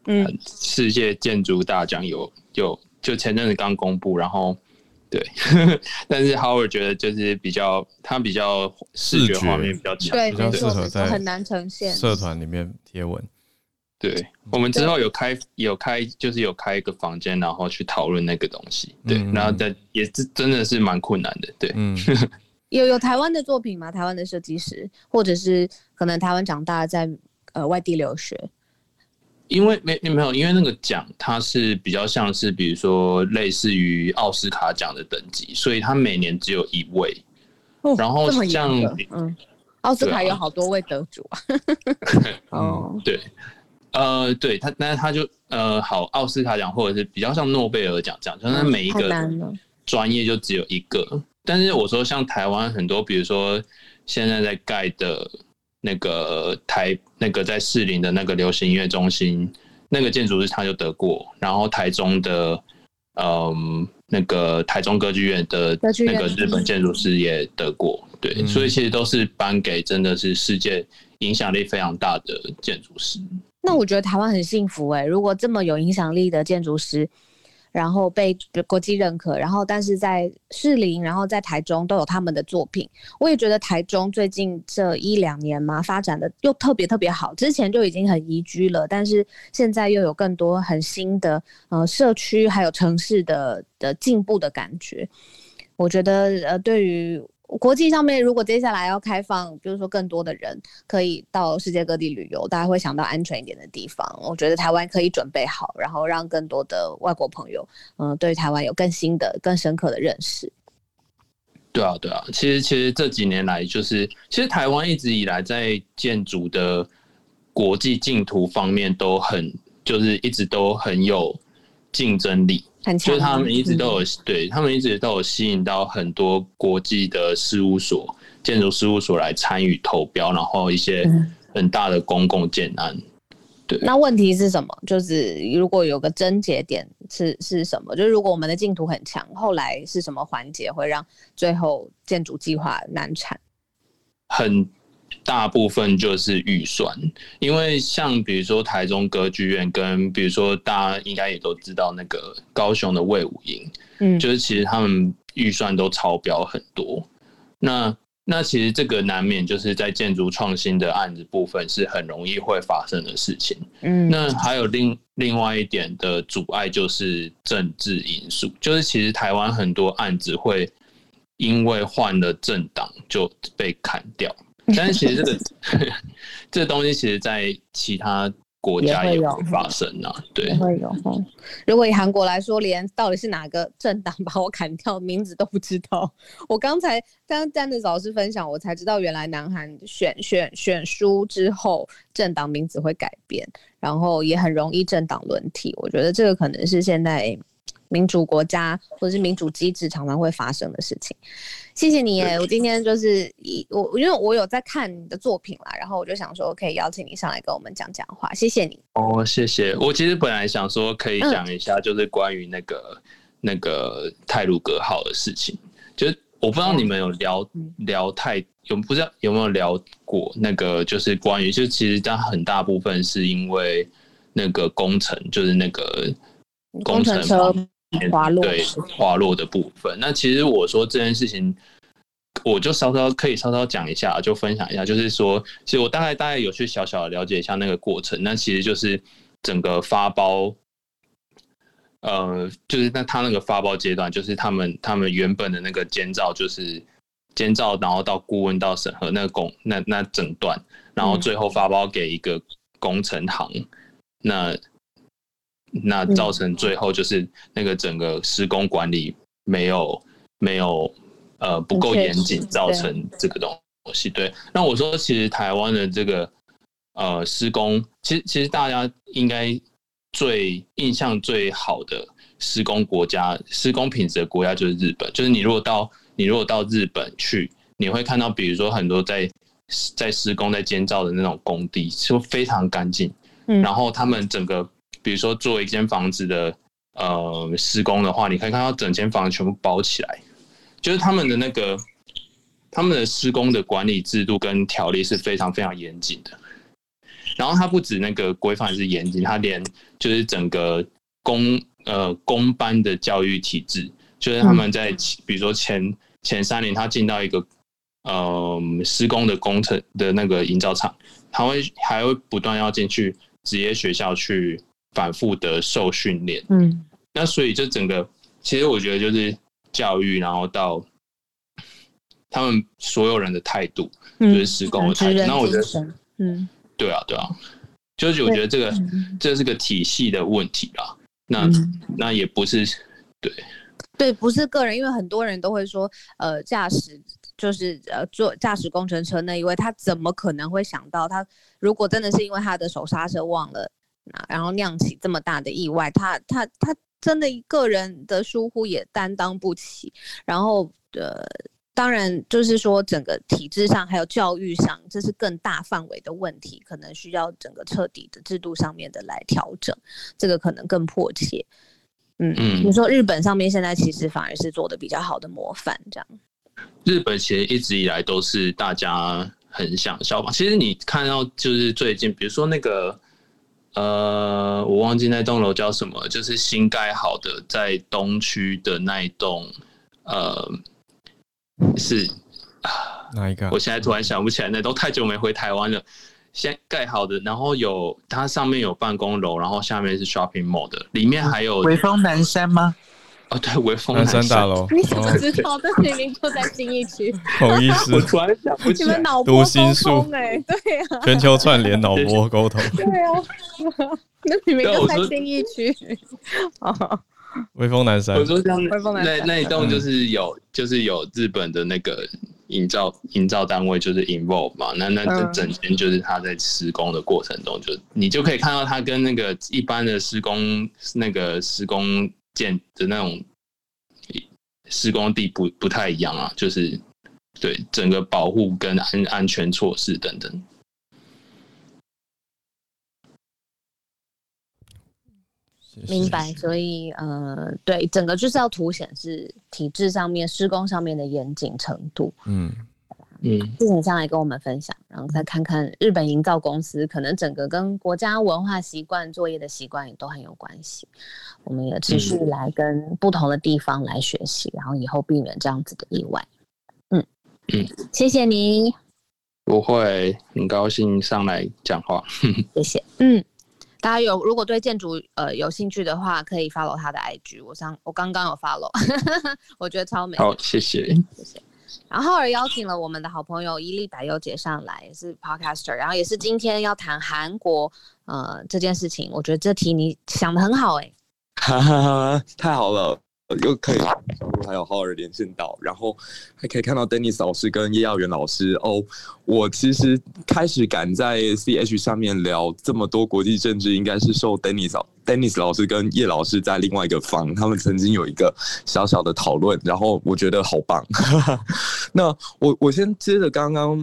[SPEAKER 8] 世界建筑大奖有就前阵子刚公布，然后对，但是 Howard 觉得就是他比较视觉画面比较强，
[SPEAKER 1] 对，
[SPEAKER 2] 比较适合在
[SPEAKER 1] 很难呈现
[SPEAKER 2] 社团里面贴文。
[SPEAKER 8] 对，我们之后有开一个房间，然后去讨论那个东西。对，然后也是真的是蛮困难的。对，
[SPEAKER 1] 有台湾的作品吗？台湾的设计师，或者是可能台湾长大在外地留学？
[SPEAKER 8] 因为没有，因为那个奖它是比较像是比如说类似于奥斯卡奖的等级，所以它每年只有1位。然后像
[SPEAKER 1] 奥斯卡有好多位得主啊。
[SPEAKER 8] 对。对他就好，奥斯卡奖或者是比较像诺贝尔奖这样，就是每一个专业就只有一个。但是我说像台湾很多，比如说现在在盖的那个在士林的那个流行音乐中心，那个建筑师他就得过，然后台中的那个台中歌剧院的那个日本建筑师也得过。对，所以其实都是颁给真的是世界影响力非常大的建筑师。
[SPEAKER 1] 那我觉得台湾很幸福如果这么有影响力的建筑师，然后被国际认可，然后但是在士林，然后在台中都有他们的作品。我也觉得台中最近这1-2年嘛，发展的又特别好，之前就已经很宜居了，但是现在又有更多很新的社区还有城市的进步的感觉。我觉得对于国际上面，如果接下来要开放，就是说更多的人可以到世界各地旅游，大家会想到安全一点的地方。我觉得台湾可以准备好，然后让更多的外国朋友，对台湾有更新的、更深刻的认识。
[SPEAKER 8] 对啊，其实这几年来，其实台湾一直以来在建筑的国际竞图方面都一直都很有竞争力。就是他们一直都有对他们一直都有吸引到很多国际的事务所、建筑事务所来参与投标，然后一些很大的公共建案。对，
[SPEAKER 1] 那问题是什么？就是如果有个症结点是什么？就是如果我们的竞图很强，后来是什么环节会让最后建筑计划难产？
[SPEAKER 8] 很大部分就是预算，因为像比如说台中歌剧院跟比如说大家应该也都知道那个高雄的卫武营，就是其实他们预算都超标很多。那其实这个难免就是在建筑创新的案子部分是很容易会发生的事情。那还有另外一点的阻碍就是政治因素，就是其实台湾很多案子会因为换了政党就被砍掉。但是其实这个东西，其实在其他国家也会发生啊，对，
[SPEAKER 1] 也会有。如果以韩国来说，连到底是哪个政党把我砍掉，名字都不知道。我刚站着老师分享，我才知道原来南韩选书之后，政党名字会改变，然后也很容易政党轮替。我觉得这个可能是现在民主国家或者是民主机制常常会发生的事情。谢谢你耶！我今天就是因为我有在看你的作品啦，然后我就想说可以邀请你上来跟我们讲话，谢谢你。
[SPEAKER 8] 谢谢。我其实本来想说可以讲一下，就是关于那个太鲁阁号的事情，就是我不知道你们有不知道有没有聊过那个，就是关于就其实它很大部分是因为那个工程，就是那个工程车滑落的部分。那其实我说这件事情，我就可以稍稍讲一下，就分享一下，就是说，其实我大概有去小小的了解一下那个过程。那其实就是整个发包，就是他那个发包阶段，就是他们原本的那个监造，就是监造，然后到顾问到审核那个那整段，然后最后发包给一个工程行，那造成最后就是那个整个施工管理没有不够严谨，造成这个东西。对，那我说其实台湾的这个施工，其实大家应该印象最好的施工品质的国家就是日本。就是你如果到日本去，你会看到比如说很多在施工在建造的那种工地，就非常干净。然后他们整个比如说做一间房子的施工的话，你可以看到整间房子全部包起来，就是他们的施工的管理制度跟条例是非常非常严谨的。 然后它不止那个规范是严谨，它连就是整个公班的教育体制，就是他们在比如说前3年，他进到一个施工的工程的那个营造厂，还会不断要进去职业学校去反复的受训练。那所以就整个，其实我觉得就是教育，然后到他们所有人的态度，就是施工的态度。那我觉得，对啊，就是我觉得这是个体系的问题啦。那也不是
[SPEAKER 1] 对，不是个人，因为很多人都会说，驾驶就是做驾驶工程车那一位，他怎么可能会想到，他如果真的是因为他的手刹车忘了，然后酿起这么大的意外，他真的一个人的疏忽也担当不起。然后当然就是说整个体制上还有教育上，这是更大范围的问题，可能需要整个彻底的制度上面的来调整，这个可能更迫切。你说日本上面现在其实反而是做的比较好的模范，这样。
[SPEAKER 8] 日本其实一直以来都是大家很想效仿。其实你看到就是最近，比如说那个我忘记那栋楼叫什么，就是新盖好的在东区的那一栋，是
[SPEAKER 2] 哪一个？
[SPEAKER 8] 我现在突然想不起来，那栋太久没回台湾了。先盖好的，然后它上面有办公楼，然后下面是 shopping mall 的，里面还有
[SPEAKER 3] 微风南山吗？
[SPEAKER 8] 哦，对，微风南山
[SPEAKER 2] 大楼。
[SPEAKER 1] 你怎么知道？这明明就在信义区。
[SPEAKER 2] 不好意思，
[SPEAKER 8] 我突然想不起来。
[SPEAKER 1] 你们脑波沟通对啊，
[SPEAKER 2] 全球串联脑波沟通。
[SPEAKER 1] 对啊，那明明就在信义区。
[SPEAKER 2] 微风南山。
[SPEAKER 8] 我说像那一栋就是有日本的那个营造单位就是 involve 嘛，那整间就是他在施工的过程中，你就可以看到他跟那个一般的施工建的那种施工地不太一样啊，就是对整个保护跟安全措施等等。
[SPEAKER 1] 明白，所以对，整个就是要凸显是体制上面、施工上面的严谨程度。自己上来跟我们分享，然后再看看日本营造公司，可能整个跟国家文化习惯、作业的习惯也都很有关系。我们也持续来跟不同的地方来学习，然后以后避免这样子的意外。谢谢你。
[SPEAKER 8] 不会，很高兴上来讲话。
[SPEAKER 1] 谢谢。大家如果对建筑有兴趣的话，可以 follow 他的 IG， 我刚刚有 follow， 我觉得超美。
[SPEAKER 8] 好，谢谢。
[SPEAKER 1] 然后浩尔邀请了我们的好朋友伊利百优姐上来，也是 podcaster， 然后也是今天要谈韩国这件事情。我觉得这题你想得很好
[SPEAKER 9] 太好了。又可以还有浩尔连线到，然后还可以看到 Dennis 老师跟叶耀元老师哦。我其实开始敢在 CH 上面聊这么多国际政治，应该是受 Dennis 老师跟叶老师在另外一个房，他们曾经有一个小小的讨论，然后我觉得好棒。那我先接着刚刚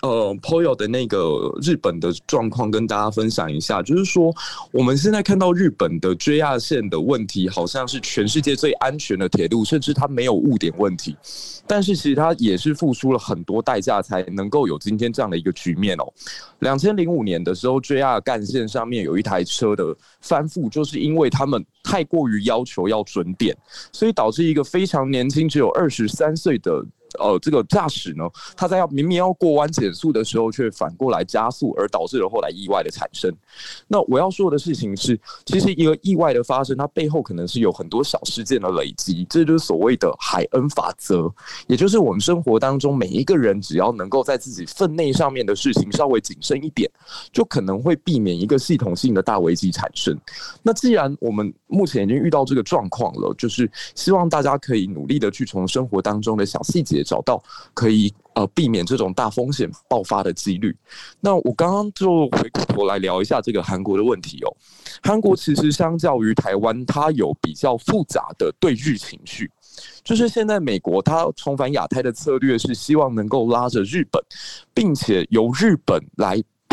[SPEAKER 9] Poyo 的那个日本的状况跟大家分享一下，就是说我们现在看到日本的 JR 线的问题，好像是全世界最安全的铁路，甚至它没有误点问题，但是其实它也是付出了很多代价才能够有今天这样的一个局面哦。2005年的时候 JR 干线上面有一台车的翻覆，就是因为他们太过于要求要准点，所以导致一个非常年轻只有23岁的这个驾驶呢，他在明明要过弯减速的时候，却反过来加速，而导致了后来意外的产生。那我要说的事情是，其实一个意外的发生，它背后可能是有很多小事件的累积，这就是所谓的海恩法则，也就是我们生活当中每一个人只要能够在自己分内上面的事情稍微谨慎一点，就可能会避免一个系统性的大危机产生。那既然我们目前已经遇到这个状况了，就是希望大家可以努力的去从生活当中的小细节找到可以避免这种大风险爆发的几率。那我刚刚就回过头来聊一下这个韩国的问题哦。韩国其实相较于台湾，它有比较复杂的对日情绪。就是现在美国它重返亚太的策略是希望能够拉着日本，并且由日本来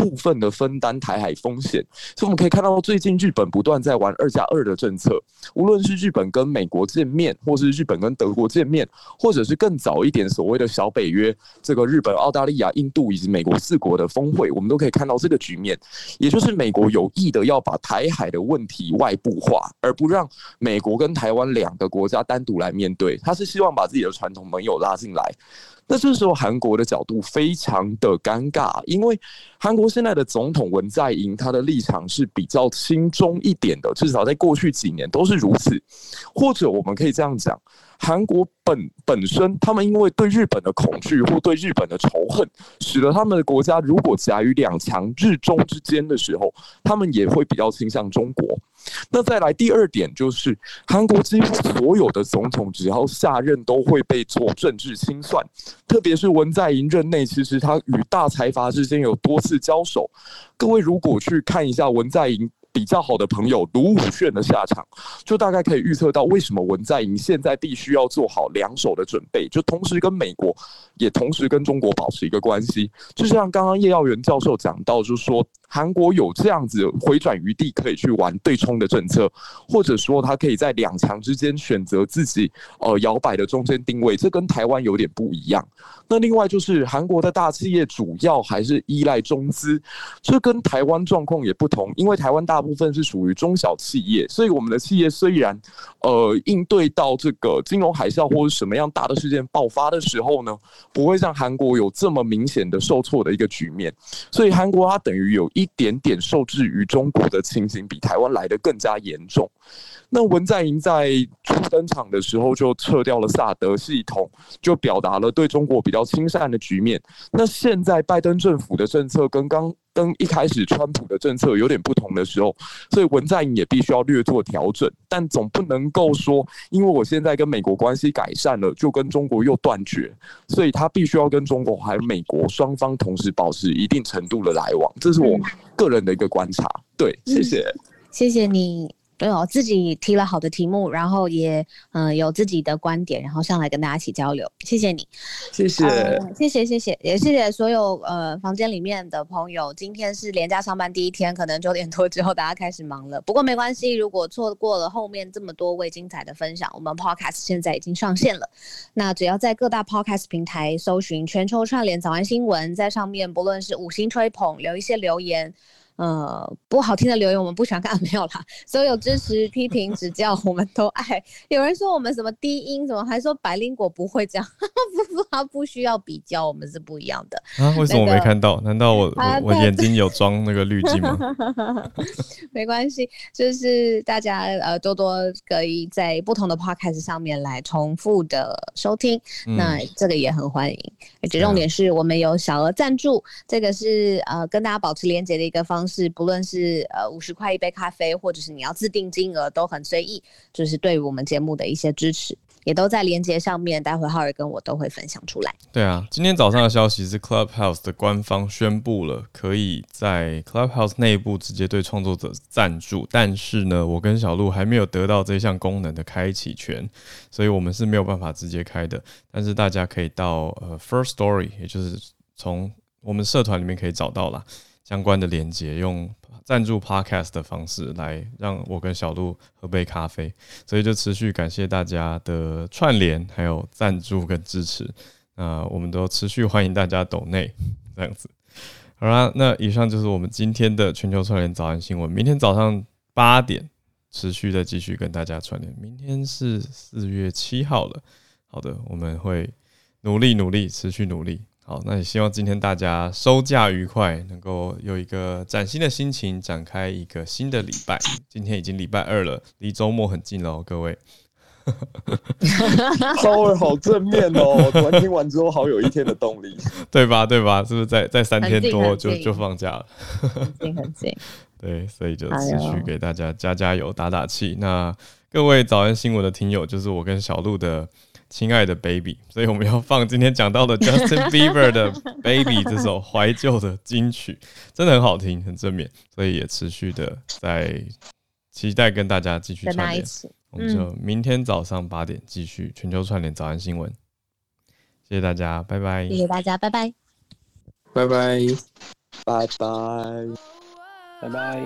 [SPEAKER 9] 部分的分担台海风险。所以我们可以看到，最近日本不断在玩2+2的政策，无论是日本跟美国见面，或是日本跟德国见面，或者是更早一点所谓的小北约，这个日本、澳大利亚、印度以及美国4国的峰会，我们都可以看到这个局面，也就是美国有意的要把台海的问题外部化，而不让美国跟台湾2个国家单独来面对，他是希望把自己的传统盟友拉进来。那这时候韩国的角度非常的尴尬，因为韩国现在的总统文在寅他的立场是比较亲中一点的，至少在过去几年都是如此。或者我们可以这样讲，韩国本身他们因为对日本的恐惧或对日本的仇恨，使得他们的国家如果夹于2强日中之间的时候，他们也会比较倾向中国。那再来第2点就是，韩国几乎所有的总统只要下任都会被做政治清算，特别是文在寅任内，其实他与大财阀之间有多次交手。各位如果去看一下文在寅比较好的朋友卢武铉的下场，就大概可以预测到为什么文在寅现在必须要做好2手的准备，就同时跟美国，也同时跟中国保持一个关系。就像刚刚叶耀元教授讲到，就是说韩国有这样子回转余地，可以去玩对冲的政策，或者说他可以在2强之间选择自己摇摆的中间定位，这跟台湾有点不一样。那另外就是韩国的大企业主要还是依赖中资，这跟台湾状况也不同，因为台湾大部分是属于中小企业，所以我们的企业虽然应对到这个金融海啸或者什么样大的事件爆发的时候呢，不会像韩国有这么明显的受挫的一个局面，所以韩国它等于有一点点受制于中国的情形比台湾来得更加严重。那文在寅在初登场的时候就撤掉了萨德系统，就表达了对中国比较亲善的局面。那现在拜登政府的政策跟一开始川普的政策有点不同的时候，所以文在寅也必须要略做调整，但总不能够说因为我现在跟美国关系改善了，就跟中国又断绝，所以他必须要跟中国还有美国双方同时保持一定程度的来往，这是我个人的一个观察。对，谢谢，
[SPEAKER 1] 谢谢你。对哦，自己提了好的题目，然后也有自己的观点，然后上来跟大家一起交流，谢谢你，
[SPEAKER 9] 谢谢，
[SPEAKER 1] 谢谢，也谢谢所有房间里面的朋友。今天是连假上班第1天，可能9点多之后大家开始忙了，不过没关系，如果错过了后面这么多位精彩的分享，我们 Podcast 现在已经上线了，那只要在各大 Podcast 平台搜寻全球串联早安新闻，在上面不论是5星吹捧，留一些留言。不好听的留言我们不喜欢看，没有啦，所有支持批评指教我们都爱。有人说我们什么低音，什么还说百灵果不会这样他不需要比较，我们是不一样的
[SPEAKER 2] 啊。为什么我没看到？难道我眼睛有装那个滤镜吗？
[SPEAKER 1] 没关系，就是大家多多可以在不同的 podcast 上面来重复的收听，那这个也很欢迎。而且重点是我们有小额赞助，这个是跟大家保持连结的一个方式，不论是50块一杯咖啡，或者是你要自定金额都很随意，就是对于我们节目的一些支持，也都在连结上面，待会浩尔跟我都会分享出来。
[SPEAKER 2] 对啊，今天早上的消息是 Clubhouse 的官方宣布了，可以在 Clubhouse 内部直接对创作者赞助，但是呢，我跟小鹿还没有得到这项功能的开启权，所以我们是没有办法直接开的。但是大家可以到First Story， 也就是从我们社团里面可以找到啦相关的连结，用赞助 podcast 的方式来让我跟小鹿喝杯咖啡，所以就持续感谢大家的串联还有赞助跟支持，我们都持续欢迎大家抖内这样子。好啦，那以上就是我们今天的全球串联早安新闻，明天早上8点持续的继续跟大家串联，明天是4月7号了，好的，我们会努力持续努力。好，那也希望今天大家收假愉快，能够有一个崭新的心情，展开一个新的礼拜。今天已经礼拜2了，离周末很近了哦，各位。
[SPEAKER 9] Howard 好正面哦，突然听完之后好有一天的动力，
[SPEAKER 2] 对吧？是不是在3天多就放假了？
[SPEAKER 1] 很近。
[SPEAKER 2] 对，所以就持续给大家加油打气。那各位早安新闻的听友，就是我跟小鹿的亲爱的 Baby， 所以我们要放今天讲到的 Justin Bieber 的 Baby 这首怀旧的金曲，真的很好听，很正面，所以也持续的在期待跟大家继续串联。我们就明天早上8点继续全球串联早安新闻。谢谢大家，拜拜。
[SPEAKER 1] 谢谢大家，拜拜。
[SPEAKER 9] 拜拜。 拜拜，
[SPEAKER 4] 拜拜。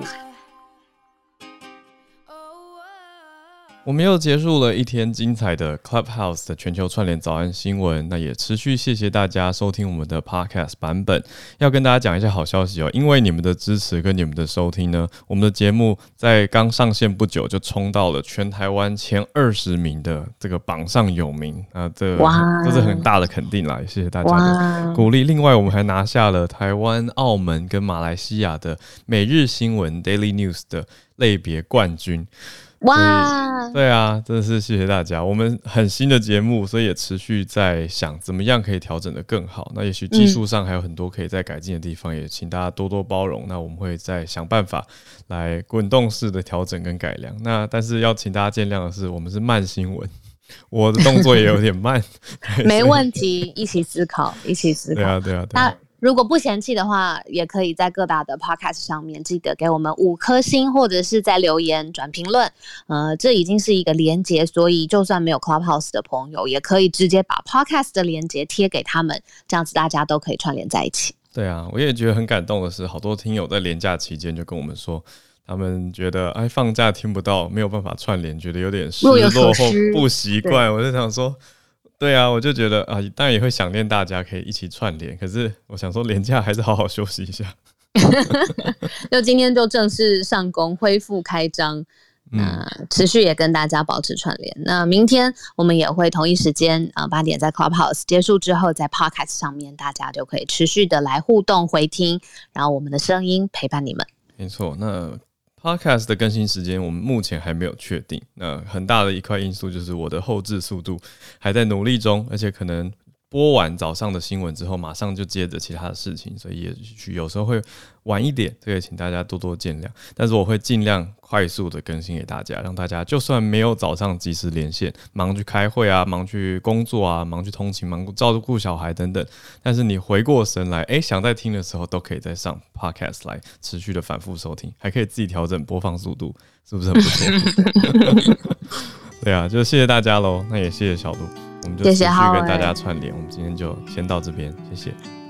[SPEAKER 2] 我们又结束了一天精彩的 Clubhouse 的全球串联早安新闻，那也持续谢谢大家收听我们的 Podcast 版本。要跟大家讲一下好消息哦，因为你们的支持跟你们的收听呢，我们的节目在刚上线不久就冲到了全台湾前20名的这个榜上有名，这是很大的肯定啦，也谢谢大家的鼓励。另外我们还拿下了台湾、澳门跟马来西亚的每日新闻 Daily News 的类别冠军。哇，对啊，真的是谢谢大家。我们很新的节目，所以也持续在想怎么样可以调整得更好。那也许技术上还有很多可以再改进的地方，也请大家多多包容。那我们会再想办法来滚动式的调整跟改良。那但是要请大家见谅的是，我们是慢新闻，我的动作也有点慢。
[SPEAKER 1] 没问题，一起思考，一起思考。
[SPEAKER 2] 对啊。
[SPEAKER 1] 如果不嫌弃的话，也可以在各大的 podcast 上面记得给我们5颗星，或者是在留言转评论。这已经是一个连结，所以就算没有 Clubhouse 的朋友，也可以直接把 podcast 的连结贴给他们，这样子大家都可以串联在一起。
[SPEAKER 2] 对啊，我也觉得很感动的是，好多听友在连假期间就跟我们说，他们觉得放假听不到，没有办法串联，觉得有点失落或不习惯。我就想说。对啊，我就觉得当然也会想念大家可以一起串联，可是我想说连假还是好好休息一下。
[SPEAKER 1] 就今天就正式上工，恢复开张，持续也跟大家保持串联。那明天我们也会同一时间8点在 Clubhouse 结束之后，在 Podcast 上面大家就可以持续的来互动回听，然后我们的声音陪伴你们。
[SPEAKER 2] 没错，那Podcast 的更新时间我们目前还没有确定，那很大的一块因素就是我的后制速度还在努力中，而且可能播完早上的新闻之后马上就接着其他的事情，所以也许有时候会晚一点，这个请大家多多见谅。但是我会尽量快速的更新给大家，让大家就算没有早上及时连线，忙去开会啊，忙去工作啊，忙去通勤，忙照顾小孩等等，但是你回过神来想再听的时候，都可以再上 Podcast 来持续的反复收听，还可以自己调整播放速度，是不是很不错？对啊，就谢谢大家咯，那也谢谢小鹿，我们就持续跟大家串联。我们今天就先到这边，谢谢。